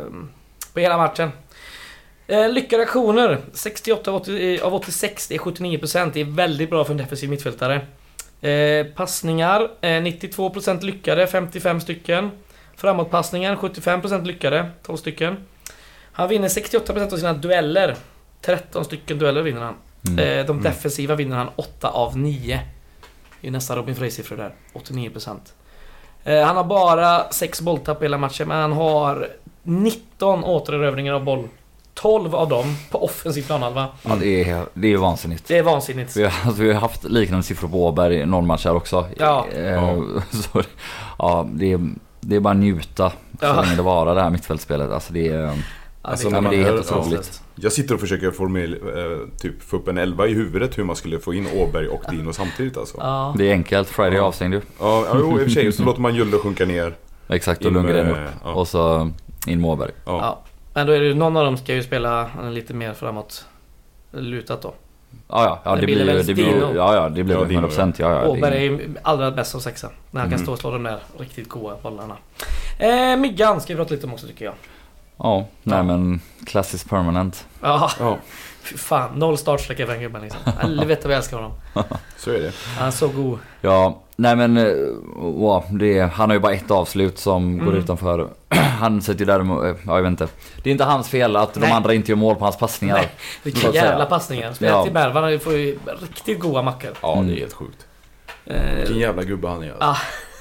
S2: på hela matchen. eh, Lyckade aktioner sextioåtta av åttiosex. Det är sjuttionio procent. Det är väldigt bra för en defensiv mittfältare. eh, Passningar eh, nittiotvå procent lyckade, femtiofem stycken. Framåtpassningar sjuttiofem procent lyckade, tolv stycken. Han vinner sextioåtta procent av sina dueller. tretton stycken dueller vinner han. Mm. De defensiva vinner han åtta av nio. Det är nästan Robin Frey-siffror där, åttionio procent. Han har bara sex bolltapp i hela matchen, men han har nitton återerövringar av boll. tolv av dem på offensiv planhalva.
S3: Ja, det är, det är vansinnigt.
S2: Det är vansinnigt.
S3: Vi har, alltså, vi har haft liknande siffror på Åberg i någon match här också.
S2: Ja.
S3: Eh, ja. Så, ja, det är, det är bara njuta så ja. länge det vara det här mittfältspelet. Alltså det är, alltså,
S4: det,
S3: men det är helt otroligt.
S4: Jag sitter och försöker formulera, eh, typ få upp en elva i huvudet hur man skulle få in Åberg och Dino samtidigt alltså.
S3: Ja. Det är enkelt, Friday ja. avstängd ju.
S4: Ja, ja jo, i och för sig så låter man Julle sjunka ner.
S3: Exakt, och Lundgren upp. Ja. Och så in med Åberg.
S2: Ja. Ja. Men då är det någon av dem ska ju spela lite mer framåt lutat då.
S3: Ja ja, ja det, det blir ju det blir ja ja, det blir ja, hundra procent ja ja.
S2: Åberg är ju allra bäst som sexa när han mm. kan stå och slå de där riktigt goda bollarna. Eh, Myggan ska vi prata lite om också tycker jag.
S3: Ja, nej ja. men klassiskt permanent.
S2: Ja. Ja. Fy fan, noll startsträcka för en gubben liksom. Helvete vad jag älskar honom.
S4: Så är det.
S2: Han är så god.
S3: Ja, nej men wow, det är, han har ju bara ett avslut som mm. går utanför. Han sätter ju där, ja, jag vet inte. Det är inte hans fel att nej. de andra inte gör mål på hans passningar. Nej,
S2: vilka jävla passningar. Spelar ja. till Bervan, han får ju riktigt goda mackor.
S4: Ja, det är helt sjukt.
S2: Eh,
S4: Vilken jävla gubbe han är.
S2: Ah.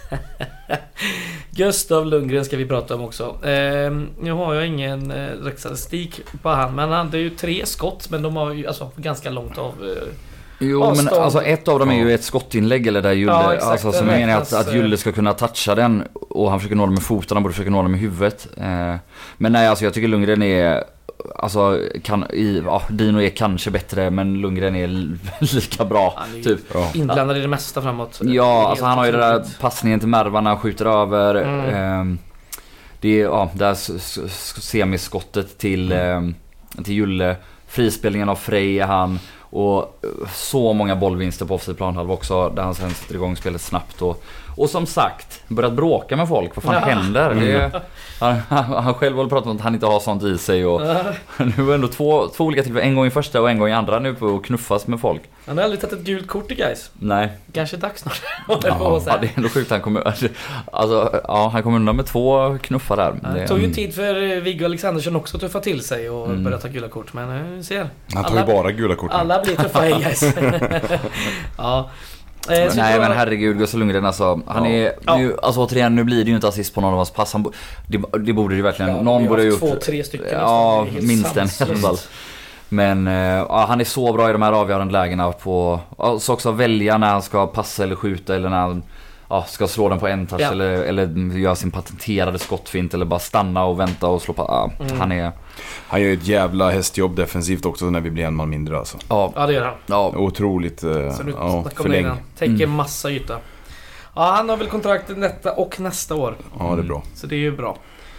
S2: Gustav Lundgren ska vi prata om också. eh, Nu har jag ingen eh, statistik på han, men han hade ju tre skott, men de har ju alltså ganska långt av eh,
S3: Jo, avstånd. Men alltså ett av dem är ju ett skottinlägg eller där Julle, ja, exakt, alltså som menar att, att Julle ska kunna toucha den och han försöker nå den med foten, han borde försöka nå den med huvudet. eh, Men nej, alltså jag tycker Lundgren är alltså kan i ja, Dino är kanske bättre, men Lundgren är lika bra typ.
S2: Ja. Inblandad i det mesta framåt.
S3: Ja, alltså han har ju det där passningen till Mervan, han skjuter över. Mm. eh, Det är ja, där semiskottet till mm. eh, till Julle, frispelningen av Frey är han. Och så många bollvinster på offside planhalva också, där han sen sätter igång spelet snabbt och, och som sagt börjat bråka med folk. Vad fan ja. händer? Mm. Det, han, han själv har pratat om att han inte har sånt i sig och ja. nu är ändå två, två olika tillfällen, en gång i första och en gång i andra nu på att knuffas med folk.
S2: Han har aldrig tagit ett gult kort i guys.
S3: Nej.
S2: Kanske dags snart.
S3: Ja, ja, det är ändå sjukt. Han kommer, alltså, ja, han kommer undan med två knuffar där.
S2: Ja, det tog ju tid för Viggo Alexandersson också att tuffa till sig och mm. börja ta gula kort. Men vi ser.
S4: Han tar ju bara gula kort.
S2: Alla blir tuffa i guys. Ja.
S3: Men nej men herregud, Gustav Lundgren alltså, han är ja. nu, alltså återigen, nu blir det ju inte assist på någon av hans pass. Han, det, det borde ju verkligen,
S2: ja,
S3: någon borde ju gjort
S2: två, tre stycken.
S3: Ja, minst en i alla fall. Men ja, han är så bra i de här avgörande lägena på, så också välja när han ska passa eller skjuta eller när han ja, ska slå den på en touch ja. eller, eller göra sin patenterade skottfint eller bara stanna och vänta och slå på. Ja, mm. Han är
S4: Han gör ett jävla hästjobb defensivt också när vi blir en man mindre alltså.
S2: Ja, ja det gör han.
S3: Ja.
S4: Otroligt uh,
S2: så nu
S4: ja, förläng.
S2: Täcker mm. massa yta. Ja, han har väl kontraktet detta och nästa år.
S4: Ja, det är bra.
S2: Så det är ju bra.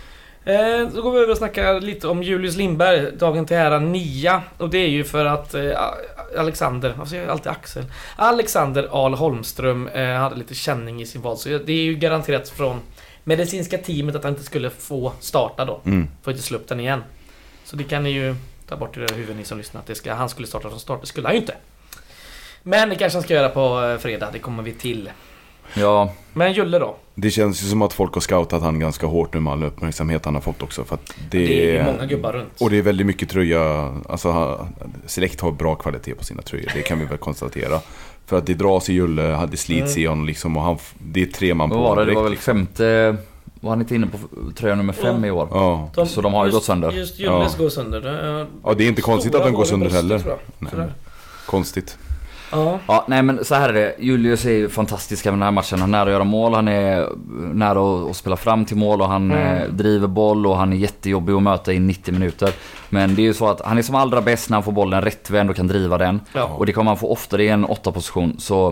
S2: Eh, så går vi över och snackar lite om Julius Lindberg, dagen till ära nia. Och det är ju för att eh, Alexander, alltså jag är alltid Axel Alexander Ahl Holmström eh, hade lite känning i sin val. Så det är ju garanterat från medicinska teamet att han inte skulle få starta då. Mm. Får inte slå upp den igen. Så det kan ni ju ta bort i det huvudet ni som lyssnar, att det ska, han skulle starta från start. Det skulle han ju inte. Men det kanske han ska göra på fredag, det kommer vi till.
S3: Ja.
S2: Men Julle då?
S4: Det känns ju som att folk har scoutat han ganska hårt nu med all uppmärksamhet han har fått också. För att det,
S2: det är många gubbar runt.
S4: Och det är väldigt mycket tröja. Alltså Select har bra kvalitet på sina tröjor. Det kan vi väl konstatera. För att det dras i Julle, det slits mm. i honom liksom. Och han, det är tre man på
S3: var det,
S4: direkt,
S3: det var väl femte. Var han inte inne på tröja nummer fem ja. i år? Ja. De, så de har ju
S2: just,
S3: gått sönder.
S2: Just Julles ja. går sönder. Det
S4: ja, det är inte konstigt att de går sönder heller. Nej. Konstigt.
S3: Ja. ja, nej men så här är det. Julius är ju fantastisk även den här matchen. Han är nära att göra mål, han är nära att, att spela fram till mål och han mm. eh, driver boll och han är jättejobbig att möta i nittio minuter. Men det är ju så att han är som allra bäst när han får bollen rättvänd och kan driva den. Ja. Och det kommer han få ofta i en åtta position. Så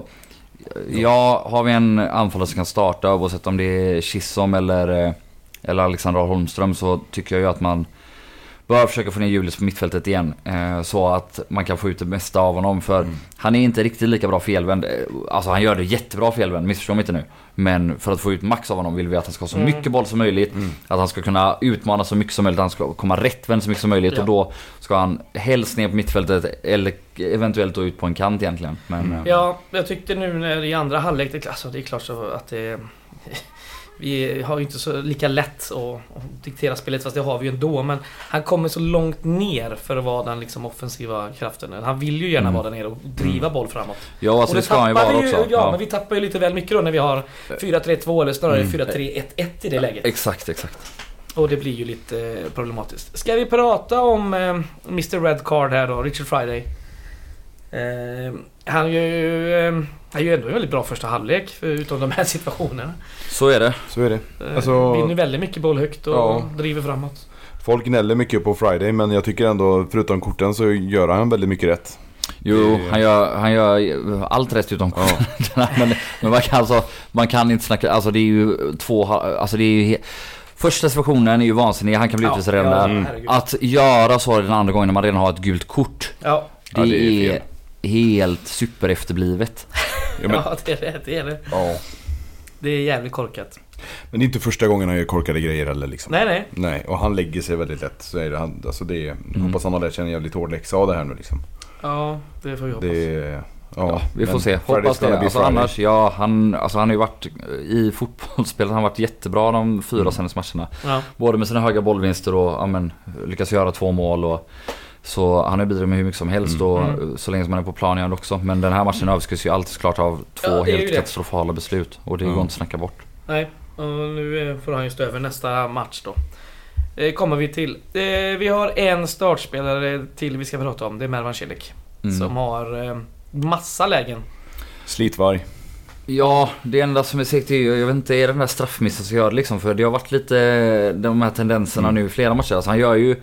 S3: ja, har vi en anfallare som kan starta oavsett om det är Chisholm eller, eller Alexander Holmström, så tycker jag ju att man bör försöka få ner Julius på mittfältet igen eh, så att man kan få ut det mesta av honom. För mm. han är inte riktigt lika bra felvänd. Alltså han gör det jättebra felvänd, missförstå mig inte nu. Men för att få ut max av honom vill vi att han ska ha så mm. mycket boll som möjligt. Mm. Att han ska kunna utmana så mycket som möjligt. Han ska komma rättvänd så mycket som möjligt. Ja. Och då ska han helst ner på mittfältet eller eventuellt ut på en kant egentligen. Men,
S2: mm. Ja, jag tyckte nu när i andra halvlek, alltså det är klart så att det vi har ju inte så lika lätt att, att diktera spelet, fast det har vi ju ändå. Men han kommer så långt ner för att vara den liksom offensiva kraften. Han vill ju gärna mm. vara där nere och driva boll framåt.
S3: Ja, alltså det, det ska han ju vara också.
S2: Ja, ja, men vi tappar ju lite väl mycket då när vi har fyra tre två eller snarare mm. fyra tre ett ett i det läget.
S3: Exakt, exakt.
S2: Och det blir ju lite problematiskt. Ska vi prata om eh, mister Red Card här då, Richard Friday? Eh, han gör ju, eh, han gör ju ändå en väldigt bra första halvlek utom de här situationerna.
S3: Så är det.
S4: Så är det.
S2: Eh, alltså, vinner väldigt mycket boll högt och ja. driver framåt.
S4: Folk gnäller mycket på Friday, men jag tycker ändå förutom korten så gör han väldigt mycket rätt.
S3: Jo, det... han, gör, han gör allt rätt utom korten. Ja. men men man, kan, alltså, man kan inte snacka, alltså det är ju två, alltså det är ju he- första situationen är ju vansinnig, han kan bli utvisad redan där. Mm. Att göra så den andra gången när man redan har ett gult kort.
S2: Ja.
S3: Det, ja, det är, är helt super efterblivet.
S2: ja, men... ja, det är det, det är det.
S4: Ja.
S2: Det är jävligt korkat.
S4: Men det är inte första gången han gör korkade grejer eller liksom.
S2: Nej, nej.
S4: Nej, och han lägger sig väldigt lätt. Så är det, han, alltså det är, mm. hoppas han har lärt sig en jävligt hård läxa av det här nu liksom.
S2: Ja, det får vi hoppas.
S4: Det,
S3: ja, ja, vi får se. Hoppas det. Alltså, annars, ja, han, alltså, han har ju varit i fotbollsspelet, han har varit jättebra de fyra mm. senaste matcherna. Ja. Både med sina höga bollvinster och ja, men, lyckas göra två mål och så han har bidragit med hur mycket som helst mm. och mm. så länge som man är på plan igen också. Men den här matchen överskrivs ju alltid såklart av två ja, helt katastrofala beslut och det mm. går inte att snacka bort.
S2: Nej, och nu får han ju stå över nästa match då. Eh, kommer vi till. Eh, vi har en startspelare till vi ska prata om. Det är Mervan Celik mm. som har eh, massa lägen.
S4: Slitvarg.
S3: Ja, det enda som är säkert är ju, jag vet inte, är den där straffmissen som gör det liksom, för det har varit lite de här tendenserna mm. nu i flera matcher. Alltså han gör ju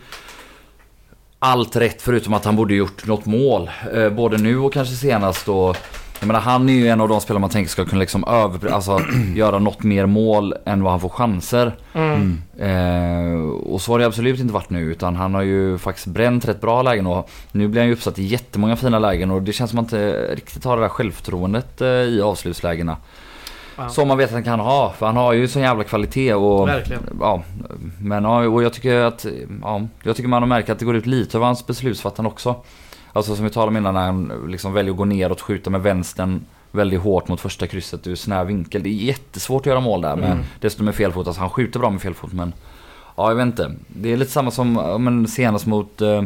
S3: allt rätt förutom att han borde gjort något mål. Eh, både nu och kanske senast då. Jag menar, han är ju en av de spelare man tänker ska kunna liksom över, alltså, göra något mer mål än vad han får chanser. Mm. Eh, och så har det absolut inte varit nu, utan han har ju faktiskt bränt rätt bra lägen och nu blir han ju uppsatt i jättemånga fina lägen och det känns som att man inte riktigt har det där självförtroendet eh, i avslutslägena. Wow. Som man vet att han kan ha, för han har ju sån jävla kvalitet och
S2: verkligen.
S3: Ja, men ja, och jag tycker att ja, jag tycker man har märkt att det går ut lite av hans beslutsfattande också. Alltså som vi talade om innan, när han liksom väljer att gå ner och skjuta med vänstern väldigt hårt mot första krysset ur snäv vinkel. Det är jättesvårt att göra mål där, men mm. dessutom med fel fot. Alltså han skjuter bra med fel fot, men ja, jag vet inte. Det är lite samma som men senast mot eh,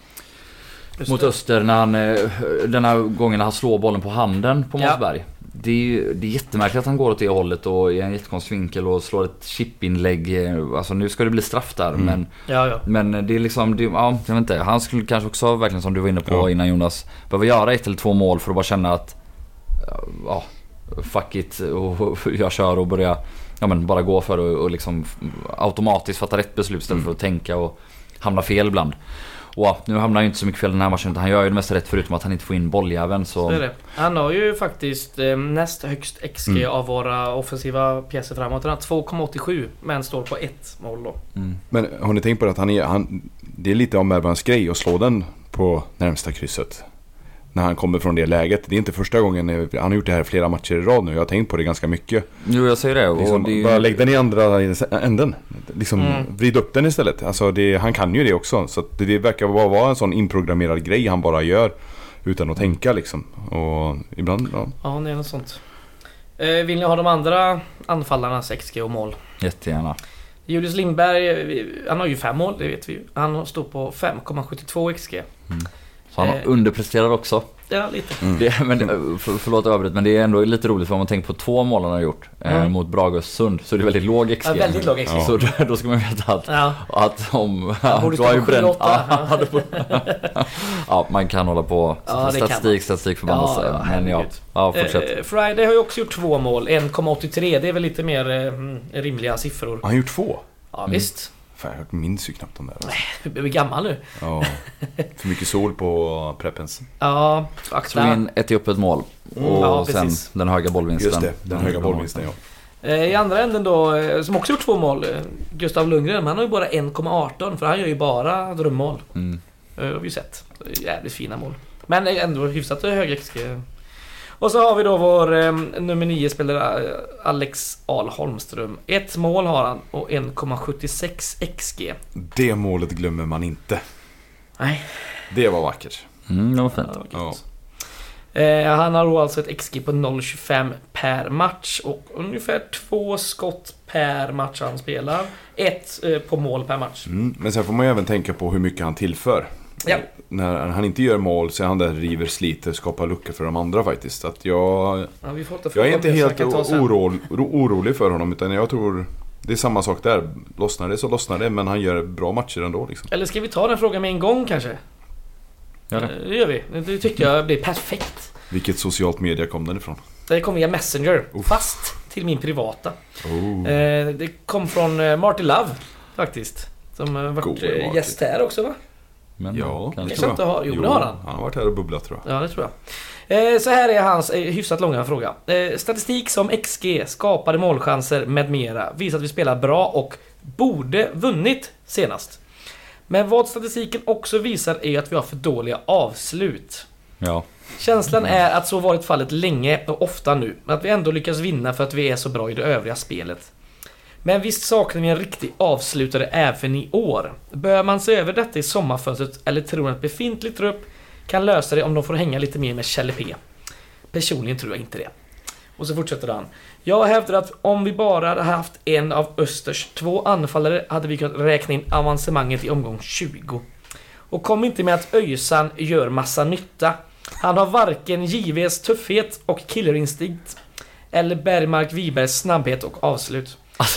S3: mot Öster när han eh, den här gången när han slår bollen på handen på Måsberg. Ja. Det är ju det är jättemärkligt att han går åt det hållet och i en jättekonstig vinkel och slår ett chipinlägg. Alltså nu ska det bli straff där, mm. men
S2: ja, ja.
S3: men det är liksom det, ja, jag vet inte. Han skulle kanske också verkligen, som du var inne på ja. innan Jonas, behöva göra ett eller två mål för att bara känna att ja, fuck it och jag kör och börja ja, men bara gå för och, och liksom automatiskt fatta rätt beslut istället mm. för att tänka och hamna fel ibland. Och nu hamnar han ju inte så mycket fel den här matchen, utan han gör ju det mesta rätt förutom att han inte får in bolljäveln. Så... så är det.
S2: Han har ju faktiskt eh, näst högst X G mm. av våra offensiva pjäser framåt. Han har två komma åttiosju men står på ett mål då. Mm.
S4: Men har ni tänkt på att han är, han, det är lite av Mervans grej att slå den på närmsta krysset när han kommer från det läget. Det är inte första gången, han har gjort det här flera matcher i rad nu. Jag har tänkt på det ganska mycket.
S3: Jo, jag säger det. Och
S4: liksom,
S3: det...
S4: Bara lägg den i andra änden. Liksom mm. vrid upp den istället. Alltså det, han kan ju det också. Så det, det verkar bara vara en sån inprogrammerad grej han bara gör utan att tänka liksom. Och ibland, ja.
S2: Ja, det är något sånt. Eh, vill ni ha de andra anfallarnas X G och mål?
S3: Jättegärna.
S2: Julius Lindberg, han har ju fem mål, det vet vi ju. Han står på fem komma sjuttiotvå X G. Mm.
S3: Så han har eh, underpresterat också.
S2: Ja, lite.
S3: Mm. Det, men, för, förlåt övrigt, men det är ändå lite roligt för om man tänker på två mål han har gjort mm. eh, mot Brage och Sund, så är det väldigt låg X G.
S2: Ja, väldigt låg X G.
S3: Ja. Så då, då ska man veta att, ja. att om...
S2: Han då har ju bränt.
S3: Ja, ja, man kan hålla på. Ja, statistik, statistik förbannelse. Ja, men ja, ja, fortsätt.
S2: Eh, Friday har ju också gjort två mål. en komma åttiotre, det är väl lite mer eh, rimliga siffror.
S4: Han har gjort två?
S2: Ja, mm. visst.
S4: Fan, jag minns ju knappt om det.
S2: Nej, du är gammal nu.
S4: Ja, för mycket sol på preppens.
S2: Ja,
S3: akta. Så in ett i öppet mål. Och mm, ja, sen precis. Den höga bollvinsten.
S4: Just det, den mm. höga bollvinsten, ja.
S2: I andra änden då, som också gjort två mål, Gustav Lundgren, han har ju bara en komma arton, för han gör ju bara drömmål. Mm. Det har vi ju sett. Jävligt fina mål. Men ändå hyfsat hög X G. Och så har vi då vår eh, nummer nio spelare Alex Ahl Holmström. Ett mål har han och en komma sjuttiosex X G.
S4: Det målet glömmer man inte.
S2: Nej.
S4: Det var vackert.
S3: Mm, det var fint.
S2: Ja, Eh, han har då alltså ett X G på noll komma tjugofem per match och ungefär två skott per match han spelar. Ett eh, på mål per match.
S4: Mm, men sen får man ju även tänka på hur mycket han tillför.
S2: Ja.
S4: När han inte gör mål så är han där, river, sliter, skapar luckor för de andra faktiskt. Att jag,
S2: ja, vi får inte
S4: jag är inte helt oro, orolig för honom, utan jag tror det är samma sak där. Lossnar det så lossnar det, men han gör bra matcher ändå liksom.
S2: Eller ska vi ta den frågan med en gång kanske?
S3: Ja, det.
S2: det gör vi. Det tycker jag blir perfekt.
S4: Vilket socialt media kom den ifrån?
S2: Det kom via Messenger.
S4: Uff.
S2: Fast till min privata.
S4: Oh.
S2: Eh, det kom från eh, Marty Love faktiskt. Som har varit
S4: God,
S2: eh, gäst här också, va?
S3: Men
S4: Ja,
S3: kanske.
S2: Kanske inte har, jo, jo, det har han.
S4: Han har varit här och bubblat, tror jag.
S2: Ja, det tror jag. Eh, så här är hans eh, hyfsat långa fråga. Eh, statistik som X G, skapade målchanser med mera visar att vi spelar bra och borde vunnit senast. Men vad statistiken också visar är att vi har för dåliga avslut.
S3: Ja.
S2: Känslan är att så varit fallet länge och ofta nu, men att vi ändå lyckas vinna för att vi är så bra i det övriga spelet. Men visst saknar vi en riktig avslutare även i år. Bör man se över detta i sommarfönstret eller tror man att befintlig trupp kan lösa det om de får hänga lite mer med Kjelle P? Personligen tror jag inte det. Och så fortsätter han. Jag hävdar att om vi bara hade haft en av Östers två anfallare hade vi kunnat räkna in avancemanget i omgång tjugo. Och kom inte med att Öjsan gör massa nytta. Han har varken J V:s tuffhet och killerinstinkt eller Bergmark Wibergs snabbhet och avslut.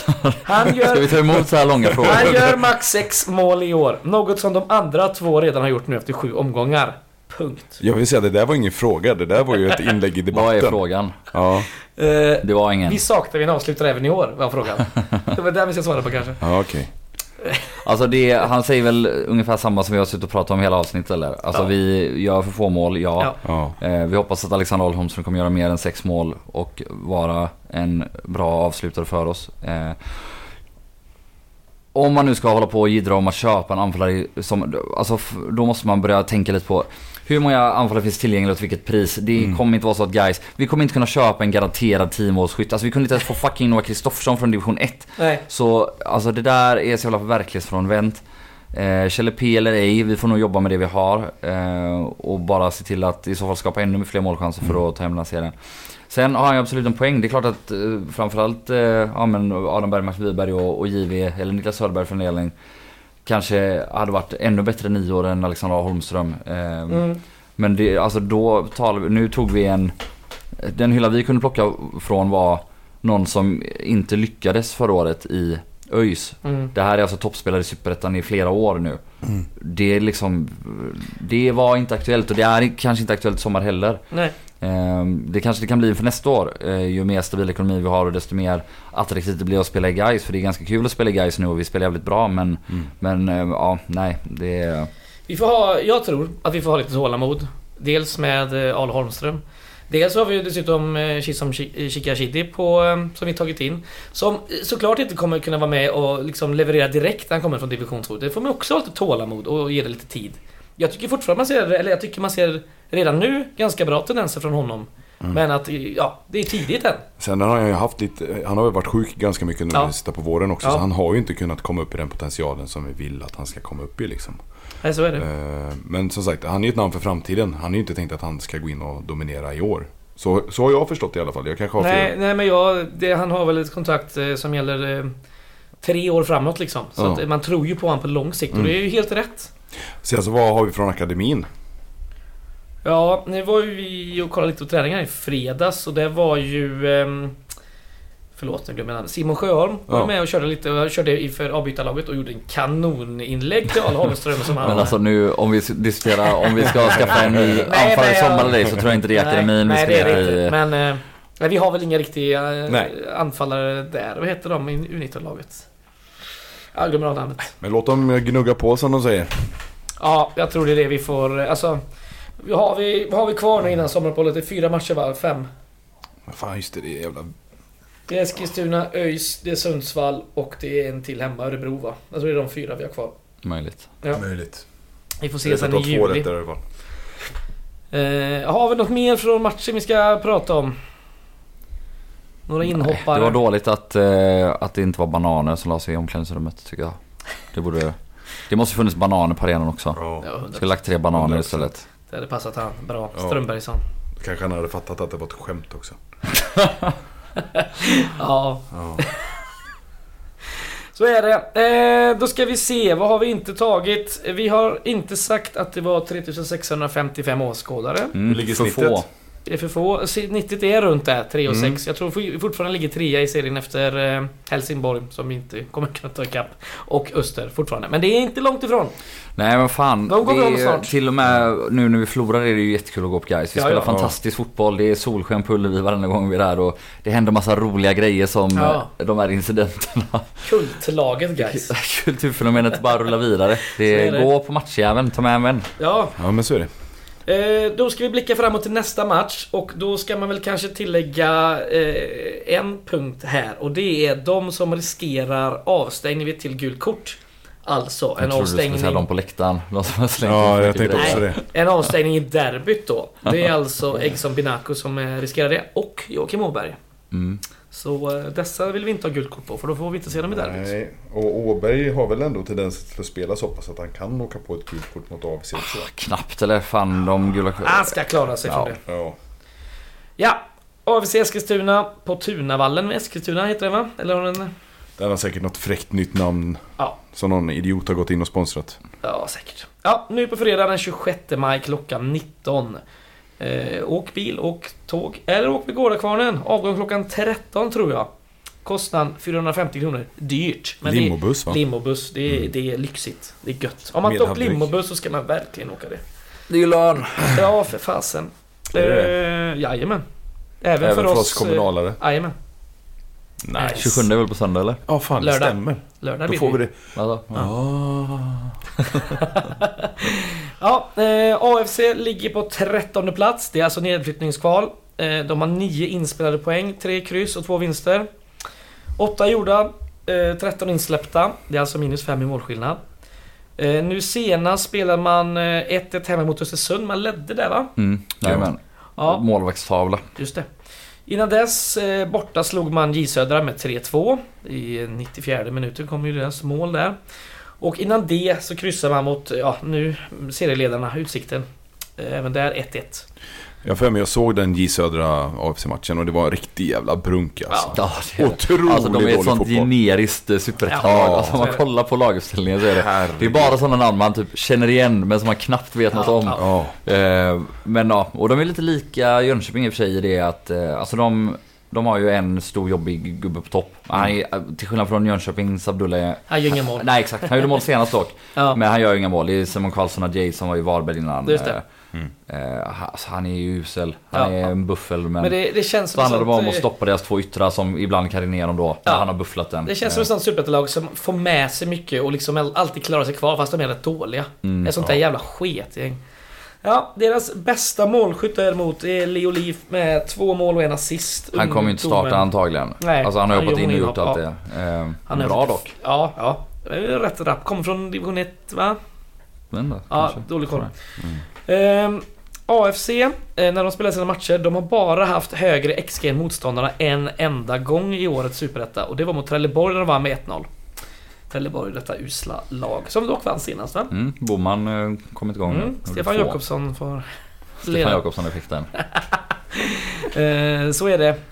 S2: Han gör,
S3: Ska vi ta emot så här långa frågor?
S2: han gör max sex mål i år. Något som de andra två redan har gjort nu efter sju omgångar. Punkt.
S4: Jag vill säga, det där var ingen fråga. Det där var ju ett inlägg i debatten.
S3: Vad är frågan?
S4: Ja,
S2: Eh,
S3: Det var ingen.
S2: vi saknar vi en avslutare även i år, var frågan. Det var där vi ska svara på kanske.
S4: ja okej.
S3: Alltså det, han säger väl ungefär samma som vi har suttit och pratat om hela avsnittet, eller? Alltså
S2: Ja.
S3: vi gör för få mål, ja.
S2: Ja.
S4: Ja.
S3: Eh, vi hoppas att Alexander Holmström kommer göra mer än sex mål och vara en bra avslutare för oss. Eh, om man nu ska hålla på och gidra om att köpa en anfallare som, alltså, då måste man börja tänka lite på hur många anfallare finns tillgängliga och till vilket pris. Det mm. kommer inte vara så att guys, vi kommer inte kunna köpa en garanterad teammålsskytt. Alltså vi kunde inte ens få fucking Noah Kristoffersson från division ett.
S2: Nej.
S3: Så alltså det där är så jävla verklighetsfrånvänt. Eh, Kjelle P eller ej, vi får nog jobba med det vi har eh, och bara se till att i så fall skapa ännu fler målchanser för mm. att ta hem den här serien. Sen har jag absolut en poäng. Det är klart att eh, framförallt eh, ja, men Adam Bergmark Wiberg och, och J V eller Niklas Söderberg för en delning kanske hade varit ännu bättre nio år än Alexander Holmström. Eh, mm. Men det, alltså då talar vi, nu tog vi en, den hylla vi kunde plocka från var någon som inte lyckades förra året i ÖIS. Mm. Det här är alltså toppspelare i Superettan i flera år nu. Mm. Det är liksom, det var inte aktuellt och det är kanske inte aktuellt i sommar heller. Nej. Det kanske det kan bli för nästa år. Ju mer stabil ekonomi vi har och desto mer attraktivt det blir att spela i Gais. För det är ganska kul att spela i Gais nu och vi spelar jävligt bra. Men, mm. men ja, nej. Det är...
S2: vi får ha, jag tror att vi får ha lite tålamod. Dels med Ale Holmström. Dels har vi dessutom Chisom Chikashidi på, som vi tagit in. Som såklart inte kommer kunna vara med och liksom leverera direkt när han kommer från division två. Det får man också ha lite tålamod och ge det lite tid. Jag tycker fortfarande man ser, eller jag tycker man ser redan nu ganska bra tendenser från honom. Mm. Men att, ja, det är tidigt än.
S4: Sen har han ju haft lite, han har ju varit sjuk ganska mycket nu ja. Sista på våren också. Ja. Så han har ju inte kunnat komma upp i den potentialen som vi vill att han ska komma upp i liksom.
S2: Nej, så är det.
S4: Men som sagt, han är ju ett namn för framtiden. Han är ju inte tänkt att han ska gå in och dominera i år. Så, så har jag förstått det i alla fall. Jag kanske har
S2: nej,
S4: fel.
S2: nej, men jag, det, han har väl ett kontrakt som gäller eh, tre år framåt liksom. Så ja. Att man tror ju på honom på lång sikt. Och mm. det är ju helt rätt.
S4: Så alltså, vad har vi från akademin?
S2: Ja, nu var ju vi och kollade lite på träningar i fredags. Och det var ju... Eh, förlåt, jag glömde namnet. Simon Sjöholm var ja. med och körde lite och körde inför avbytarlaget och gjorde en kanoninlägg till Ale Holmström som han.
S3: Men alltså nu om vi diskuterar om vi ska skaffa en ny anfallare i sommar eller dig så tror jag inte det är akademin
S2: nej,
S3: vi ska
S2: nej, det
S3: i.
S2: Men eh, vi har väl inga riktiga nej. anfallare där. Vad heter de i U nitton-laget? Jag glömmer av namnet.
S4: Men låt dem gnugga på som de säger.
S2: Ja, jag tror det är det vi får. Alltså, vad har vi, vad har vi kvar nu innan sommaruppehållet? Det är fyra matcher va? Fem.
S4: Fan just det, det är jävla...
S2: Det är Eskilstuna, ÖIS, det är Sundsvall och det är en till hemma, Örebro va? Jag tror det är de fyra vi har kvar.
S3: Möjligt.
S2: Ja.
S4: Möjligt.
S2: Vi får se sen i juli.
S4: Där,
S2: eh, har vi något mer från matchen vi ska prata om? Några inhoppare?
S3: Nej, det var dåligt att, eh, att det inte var bananer som la sig i omklädningsrummet tycker jag. Det borde... Det måste funnits bananer på arenan också.
S4: Ja.
S3: Skulle lagt tre bananer istället.
S2: Det hade passat han. Bra. Ja. Strömbergsson.
S4: Kanske han hade fattat att det var ett skämt också.
S2: Ja.
S4: Ja.
S2: Så är det. Eh, då ska vi se, vad har vi inte tagit? Vi har inte sagt att det var tre tusen sexhundrafemtiofem åskådare.
S3: Mm,
S4: Hur ligger
S3: för
S4: snittet?
S3: få.
S2: Det är för få. Snittet är runt där, tre och sex.
S4: Mm.
S2: Jag tror vi fortfarande ligger trea i serien efter eh, Helsingborg, som inte kommer kunna ta ikapp. Och Öster fortfarande. Men det är inte långt ifrån.
S3: Nej men fan,
S2: De kommer
S3: det
S2: om
S3: är,
S2: snart.
S3: till och med nu när vi förlorar är det ju jättekul att gå på Gais. Vi
S2: Ja,
S3: spelar
S2: ja.
S3: fantastisk fotboll, det är solsken på Ullevi varenda gång vi är där och det händer massa roliga grejer som
S2: Ja.
S3: eh, de här incidenterna.
S2: Kultlaget, guys.
S3: Kulturfenomenet bara rullar vidare. Det
S2: är det.
S3: går på matchjäveln, ta med en vän.
S2: Ja,
S4: Ja, men så är det.
S2: Eh, då ska vi blicka framåt till nästa match. Och då ska man väl kanske tillägga eh, en punkt här. Och det är de som riskerar avstängning vid till gult kort. Alltså en
S3: Jag trodde du skulle säga
S2: avstängning.
S3: de på läktaren. De som har slängt
S4: Ja,
S3: ut
S4: jag
S3: mycket
S4: tänkte
S3: grejer.
S4: också det.
S2: En avstängning i derbyt då. Det är alltså Eggson Binaco som eh, riskerar det. Och Joakim Åberg.
S3: Mm.
S2: Så eh, dessa vill vi inte ha gult kort på. För då får vi inte se dem i derbyt.
S4: Nej, och Åberg har väl ändå tendens till att spela så pass att han kan åka på ett gult kort mot A F C också.
S3: Knappt eller fan de gula...
S2: Han ska klara sig
S3: Ja.
S2: från det.
S4: Ja.
S2: Ja, A F C Eskilstuna på Tunavallen med Eskilstuna heter det, va? Eller har den...
S4: Den har säkert något fräckt nytt namn
S2: Ja.
S4: som någon idiot har gått in och sponsrat.
S2: Ja, säkert. Ja, nu på fredag den tjugosjätte maj klockan nitton. Eh, åk bil, åk tåg eller åk med Gårdakvarnen. Avgång klockan tretton tror jag. Kostnaden fyrahundrafemtio kronor. Dyrt. Men
S4: Limobuss,
S2: det,
S4: va?
S2: Limobuss, det, är-
S4: Mm.
S2: det är lyxigt. Det är gött. Om man
S4: Med
S2: inte åkt
S4: halvdryck.
S2: limobuss så ska man verkligen åka det.
S3: Det är ju lön.
S2: Ja, för fasen.
S4: Är det
S2: Eh, jajamän. Även,
S4: Även
S2: för,
S4: för
S2: oss,
S4: oss kommunalare.
S2: Eh, jajamän.
S4: Nice.
S3: tjugosjunde är väl på söndag eller?
S4: Ja, fan det
S2: Lördag.
S4: stämmer.
S2: Lördag
S4: Då
S2: blir
S4: får vi
S2: det.
S4: det.
S3: Alltså,
S4: Ah.
S2: Ja, eh, A F C ligger på trettonde plats. Det är alltså nedflyttningskval. Eh, de har nio inspelade poäng, tre kryss och två vinster. åtta gjorda, eh, tretton insläppta. Det är alltså minus fem i målskillnad. Eh, nu senast spelar man eh, ett ett hemma mot Östersund. Man ledde där, va?
S3: Mm, nej men.
S2: Ja,
S3: Målvaktstavla.
S2: just det. Innan dess, eh, borta slog man J Södra med tre två. I nittiofjärde minuten kom ju deras mål där. Och innan det så kryssar man mot, ja nu, serieledarna, Utsikten. Eh, även där ett ett.
S4: Jag för mig jag såg den J Södra A F C-matchen och det var en riktig jävla brunk alltså.
S3: Ja, det är,
S4: Otroligt
S3: alltså de är ett
S4: dålig
S3: sånt
S4: fotboll.
S3: generiskt eh, superettanlag.
S2: Ja,
S3: alltså om
S2: så
S3: man
S2: är det.
S3: kollar på laguppställningen så är det,
S4: Herregud.
S3: det är bara sådana namn man typ känner igen men som man knappt vet något
S2: Ja,
S3: om.
S2: ja.
S4: Ja.
S3: Eh, men ja, och de är lite lika Jönköping i och för sig i det att eh, alltså de, de har ju en stor jobbig gubbe på topp. Han är, till skillnad från Jönköpings Abdullah är,
S2: Han gör inga mål.
S3: nej exakt, han gjorde mål senast dock.
S2: Ja.
S3: Men han gör ju inga mål. Det är Simon Karlsson och Jay som var i Varberg innan.
S2: Just det.
S4: Mm.
S3: Eh, alltså, han är ju usel. Han
S2: Ja.
S3: är en buffel men,
S2: Men det, det känns
S3: så
S2: som
S3: handlar det bara om att
S2: sånt, eh,
S3: stoppa deras två yttrar som ibland kan ner dem då.
S2: Ja.
S3: När han har bufflat den.
S2: Det känns som ett sånt superettanlag som får med sig mycket och liksom alltid klarar sig kvar fast de är rätt dåliga.
S3: Mm,
S2: Ett sånt där
S4: ja.
S2: jävla sketgäng. Ja, deras bästa målskytt däremot är Leo Liv med två mål och en assist.
S3: Han kommer ju inte starta
S2: Ungdomen.
S3: antagligen.
S2: Nej,
S3: alltså han har
S2: han
S3: jobbat
S2: gör
S3: in och
S2: inhopp,
S3: gjort allt
S2: ja.
S3: det. Eh,
S2: Han är
S3: bra dock.
S2: Ja, ja. Det är rätt rapp. Kommer från division ett, va?
S3: Men då,
S2: Ja,
S3: kanske.
S2: dålig koll.
S4: Mm.
S2: Ehm, A F C, eh, när de spelar sina matcher, de har bara haft högre X G än motståndarna en enda gång i årets superetta. Och det var mot Trelleborg när de vann med ett noll. Trelleborg, detta usla lag. Som dock vann senast, va?
S3: Mm, Boman eh, kommit igång.
S2: Mm,
S3: nu.
S2: Stefan
S3: Två.
S2: Jakobsson får
S3: Stefan
S2: leda.
S3: Jakobsson fick den.
S2: Eh, så är det.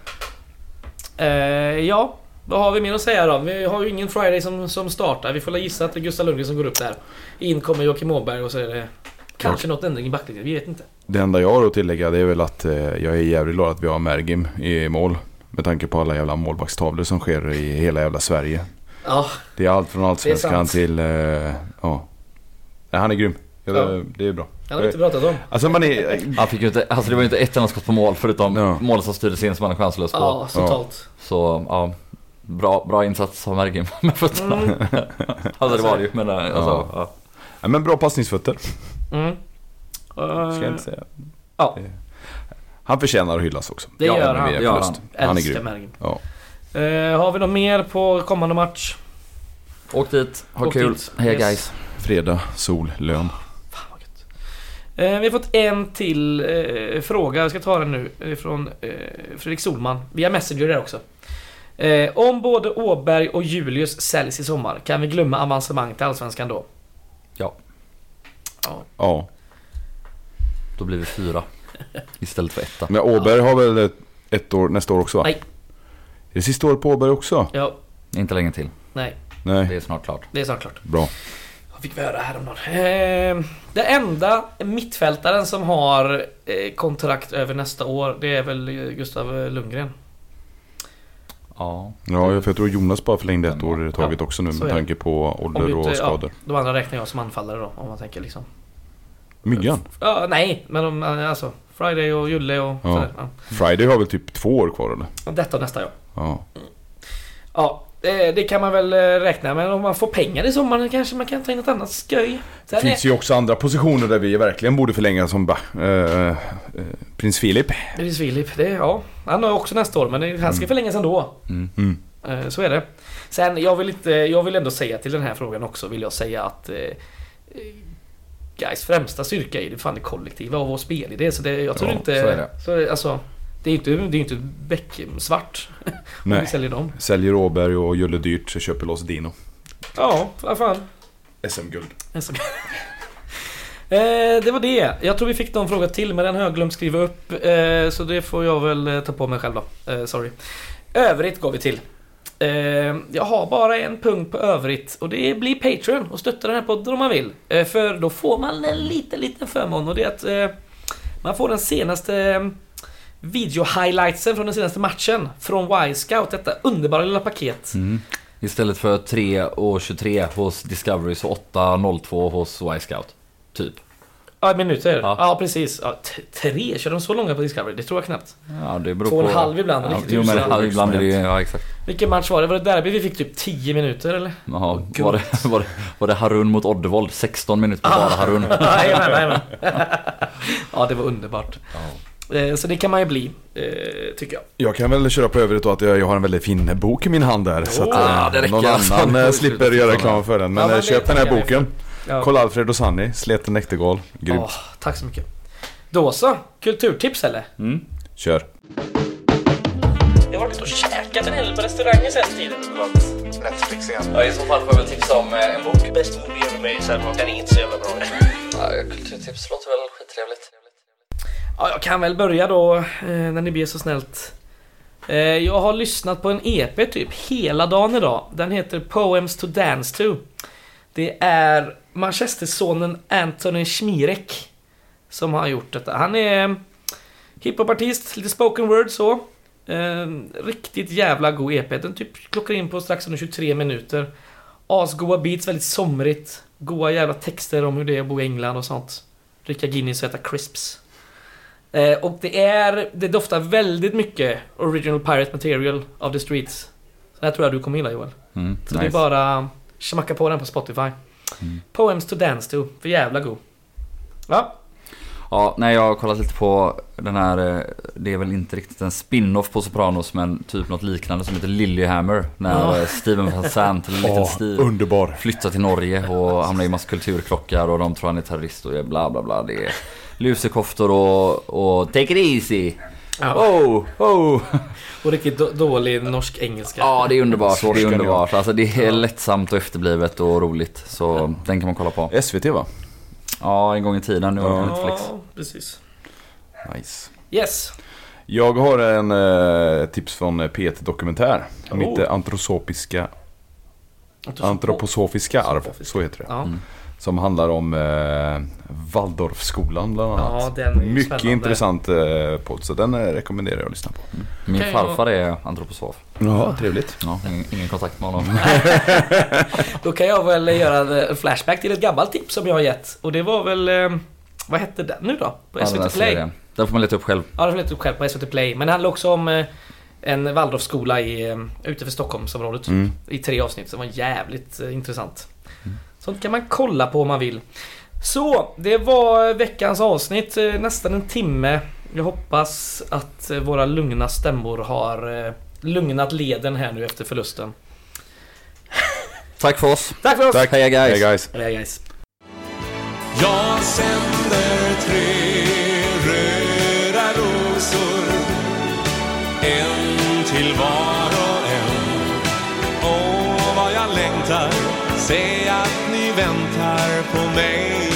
S2: Eh, ja, vad har vi mer att säga då? Vi har ju ingen Friday som, som startar. Vi får gissa att det är Gustav Lundgren som går upp där. In kommer Joakim Åberg och så är det kanske något ändring i backlinjen. Vi vet inte.
S4: Det enda jag har att tillägga det är väl att eh, jag är jävligt glad att vi har Mergim i mål. Med tanke på alla jävla målvaktstavlor som sker i hela jävla Sverige.
S2: Ja,
S4: Det är allt från allsvenskan
S2: sant.
S4: till... Eh, ja. Nej, han är grym. Ja,
S2: Ja.
S4: det, det är bra.
S2: jag har inte pratat om.
S4: Alltså man är...
S3: Han fick ju inte, alltså det var ju inte ett enda skott på mål förutom
S4: Ja.
S3: målet som styrdes in som han är chanslös på.
S2: Ja, totalt.
S3: Så ja, bra, bra insats av Mergim med fötterna.
S2: Mm.
S3: Alltså det var det ju. Men, alltså,
S4: Ja.
S3: ja.
S4: Ja, men bra passningsfötter.
S2: Mm.
S4: Ska jag
S2: Eh,
S4: inte säga.
S2: Ja,
S4: Han förtjänar att hyllas också.
S2: det gör
S4: Även
S2: han.
S4: vid en
S3: gör
S4: förlust.
S3: han.
S4: Han är
S2: älskar
S4: grym.
S2: Mergim.
S4: Ja.
S2: Eh, har vi något mer på kommande match?
S3: Åk dit, ha
S2: Åk
S3: kul.
S2: dit.
S3: Hej
S2: Yes.
S3: guys.
S4: Fredag, sol, lön.
S2: Fan vad gött. Eh, vi har fått en till eh, fråga. Jag ska ta den nu. eh, Från eh, Fredrik Solman. Via Messenger där också. Eh, om både Åberg och Julius säljs i sommar, kan vi glömma avancemang till Allsvenskan då?
S3: Ja,
S2: Ja.
S4: Ja.
S3: då blir vi fyra. Istället för etta.
S4: Men Åberg ja. har väl ett, ett år nästa år också, va?
S2: Nej.
S4: Är det sista året på Åberg också?
S2: Ja.
S3: Inte länge till.
S2: Nej.
S4: Nej.
S3: Det är snart klart.
S2: Det är snart klart.
S4: Bra.
S2: Jag fick vi höra här om någon. Eh, det enda mittfältaren som har eh, kontrakt över nästa år, det är väl Gustav Lundgren.
S3: Ja.
S4: Ja, för jag tror Jonas bara förlängde ett år i taget ja, också nu med tanke på ålder inte, och skador. Ja,
S2: de andra räknar jag som anfallare då, om man tänker liksom.
S4: Myggan?
S2: Ja, nej, men de, alltså Friday och Julle och
S4: ja.
S2: sådär. Ja.
S4: Friday har väl typ två år kvar eller?
S2: Detta och nästa, ja.
S4: Ja.
S2: Ja, det kan man väl räkna med. Om man får pengar i sommaren kanske man kan ta in ett annat skoj.
S4: Det finns är... ju också andra positioner där vi verkligen borde förlänga som bara, äh, äh, Prins Philip.
S2: Prins Philip, det, ja. Han har också nästa år, men han ska mm. förlängas ändå.
S3: Mm.
S4: Mm.
S2: Äh, så är det. Sen, jag vill, inte, jag vill ändå säga till den här frågan också, vill jag säga att äh, guys främsta styrka är det fan det kollektiva av vår spelidé. Så det, jag tror
S3: ja,
S2: inte...
S3: Så är det.
S2: Så, alltså, det är inte, det är inte bäcksvart om
S4: Nej.
S2: vi säljer dem.
S4: Säljer Åberg och Julle dyrt så köper Los Dino.
S2: Ja, vad fan.
S4: S M-guld.
S2: S M-guld. eh, det var det. Jag tror vi fick någon fråga till, men den har jag glömt skriva upp. Eh, så det får jag väl ta på mig själv då. Eh, sorry. Övrigt går vi till. Eh, jag har bara en punkt på övrigt, och det blir Patreon och stötta den här podden om man vill. Eh, för då får man en liten, liten förmån, och det är att eh, man får den senaste... Eh, video-highlightsen från den senaste matchen från Y-Scout, detta underbara lilla paket.
S3: Mm. Istället för tre och tjugotre hos Discovery så åtta noll två hos Y-Scout. Typ.
S2: Ja, minuter. Ja,
S3: ja
S2: precis. Ja, t- tre, kör de så långa på Discovery? Det tror jag knappt.
S3: Ja, det beror
S2: Två och
S3: på...
S2: en halv ibland.
S3: Ja, jo, men halv ibland är det, ja, exakt.
S2: Vilken match var det? Var det derby vi fick typ tio minuter, eller?
S3: Jaha, var det, var, det, var det Harun mot Oddevold? sexton minuter på bara Harun.
S2: Nej, nej, nej. Ja, det var underbart.
S3: Ja.
S2: Så det kan man ju bli, tycker jag.
S4: Jag kan väl köra på övrigt då att jag, jag har en väldigt fin bok i min hand där. Oh, så att
S3: ah, det
S4: någon annan alltså. slipper göra reklam för den. Men, ja, men köp den här boken. Ja. Kolla Alfred och Sanny, Sleten Näktergal. Grymt. Oh,
S2: tack så mycket. Då så, kulturtips eller?
S4: Mm. Kör.
S2: Jag har varit och käkat en hel på restaurangen sen tiden.
S5: Netflix igen.
S3: Ja, i så fall får jag väl tipsa om en bok.
S5: Bäst movie med mig sen. Den är inte så jävla bra.
S3: Ja, kulturtips låter väl skittrevligt.
S2: Ja, jag kan väl börja då när ni blir så snällt. Jag har lyssnat på en E P typ hela dagen idag. Den heter Poems to Dance to. Det är Manchestersonen Anthony Schmirek som har gjort detta. Han är hiphopartist, lite spoken word så. Riktigt jävla god E P. Den typ klockar in på strax under tjugotre minuter. Asgoa beats, väldigt somrigt. Goa jävla texter om hur det är att bo i England och sånt. Dricka Guinness och äta crisps. Eh, och det är det doftar väldigt mycket original pirate material of the streets. Så det här tror jag du kommer gilla, Joel.
S3: Mm,
S2: så
S3: nice.
S2: det är bara smacka på den på Spotify. Mm. Poems to Dance to, för jävla god. Ja.
S3: Ja, nej, jag har kollat lite på den här. Det är väl inte riktigt en spin-off på Sopranos, men typ något liknande som heter Lilyhammer. När ja. Steven Van Sant till en liten
S4: oh,
S3: stil
S4: underbar.
S3: flyttar till Norge och hamnar i massa kulturkrockar och de tror han är terrorist och bla bla bla. Det är lusekoftor och, och take it easy. Ja. Oh, oh.
S2: Och riktigt då, dålig norsk-engelska.
S3: Ja, det är underbart. Det är underbart. Alltså, det är lättsamt och efterblivet och roligt. Så ja. Den kan man kolla på.
S4: S V T, va?
S3: Ja, en gång i tiden. Nu har
S2: ja.
S3: Netflix.
S2: Ja, precis.
S4: Nice.
S2: Yes.
S4: Jag har en eh, tips från P ett Dokumentär.
S2: Oh.
S4: Mitt eh, antroposofiska Antroposofiska arv, så heter det.
S2: Ja. Mm.
S4: Som handlar om eh, Waldorfskolan bland annat.
S2: Ja, den är
S4: mycket
S2: spännande.
S4: Intressant eh, podd, så den eh, rekommenderar jag att lyssna på.
S3: Mm. Min okay, farfar jag... är antroposof.
S4: Ja, trevligt.
S3: Ja, ingen, ingen kontakt med honom.
S2: Då kan jag väl göra en flashback till ett gammalt tips som jag har gett. Och det var väl, eh, vad hette den nu då? På S V T
S3: ja,
S2: Play.
S3: Den. den får man leta upp själv.
S2: Ja, den får man leta upp själv på S V T Play. Men det handlar också om eh, en Waldorfskola i, eh, utanför Stockholmsområdet. Mm. I tre avsnitt som var jävligt eh, intressant. Mm. Sånt kan man kolla på om man vill. Så, det var veckans avsnitt, nästan en timme. Jag hoppas att våra lugna stämmor har lugnat leden här nu efter förlusten.
S3: Tack för oss.
S2: Tack för oss.
S3: Tack. Heja guys.
S4: Heja guys.
S2: Heja guys.
S1: Jag sänder tre röda rosor, en till var och en. Åh, vad jag längtar, se att ni väntar på mig.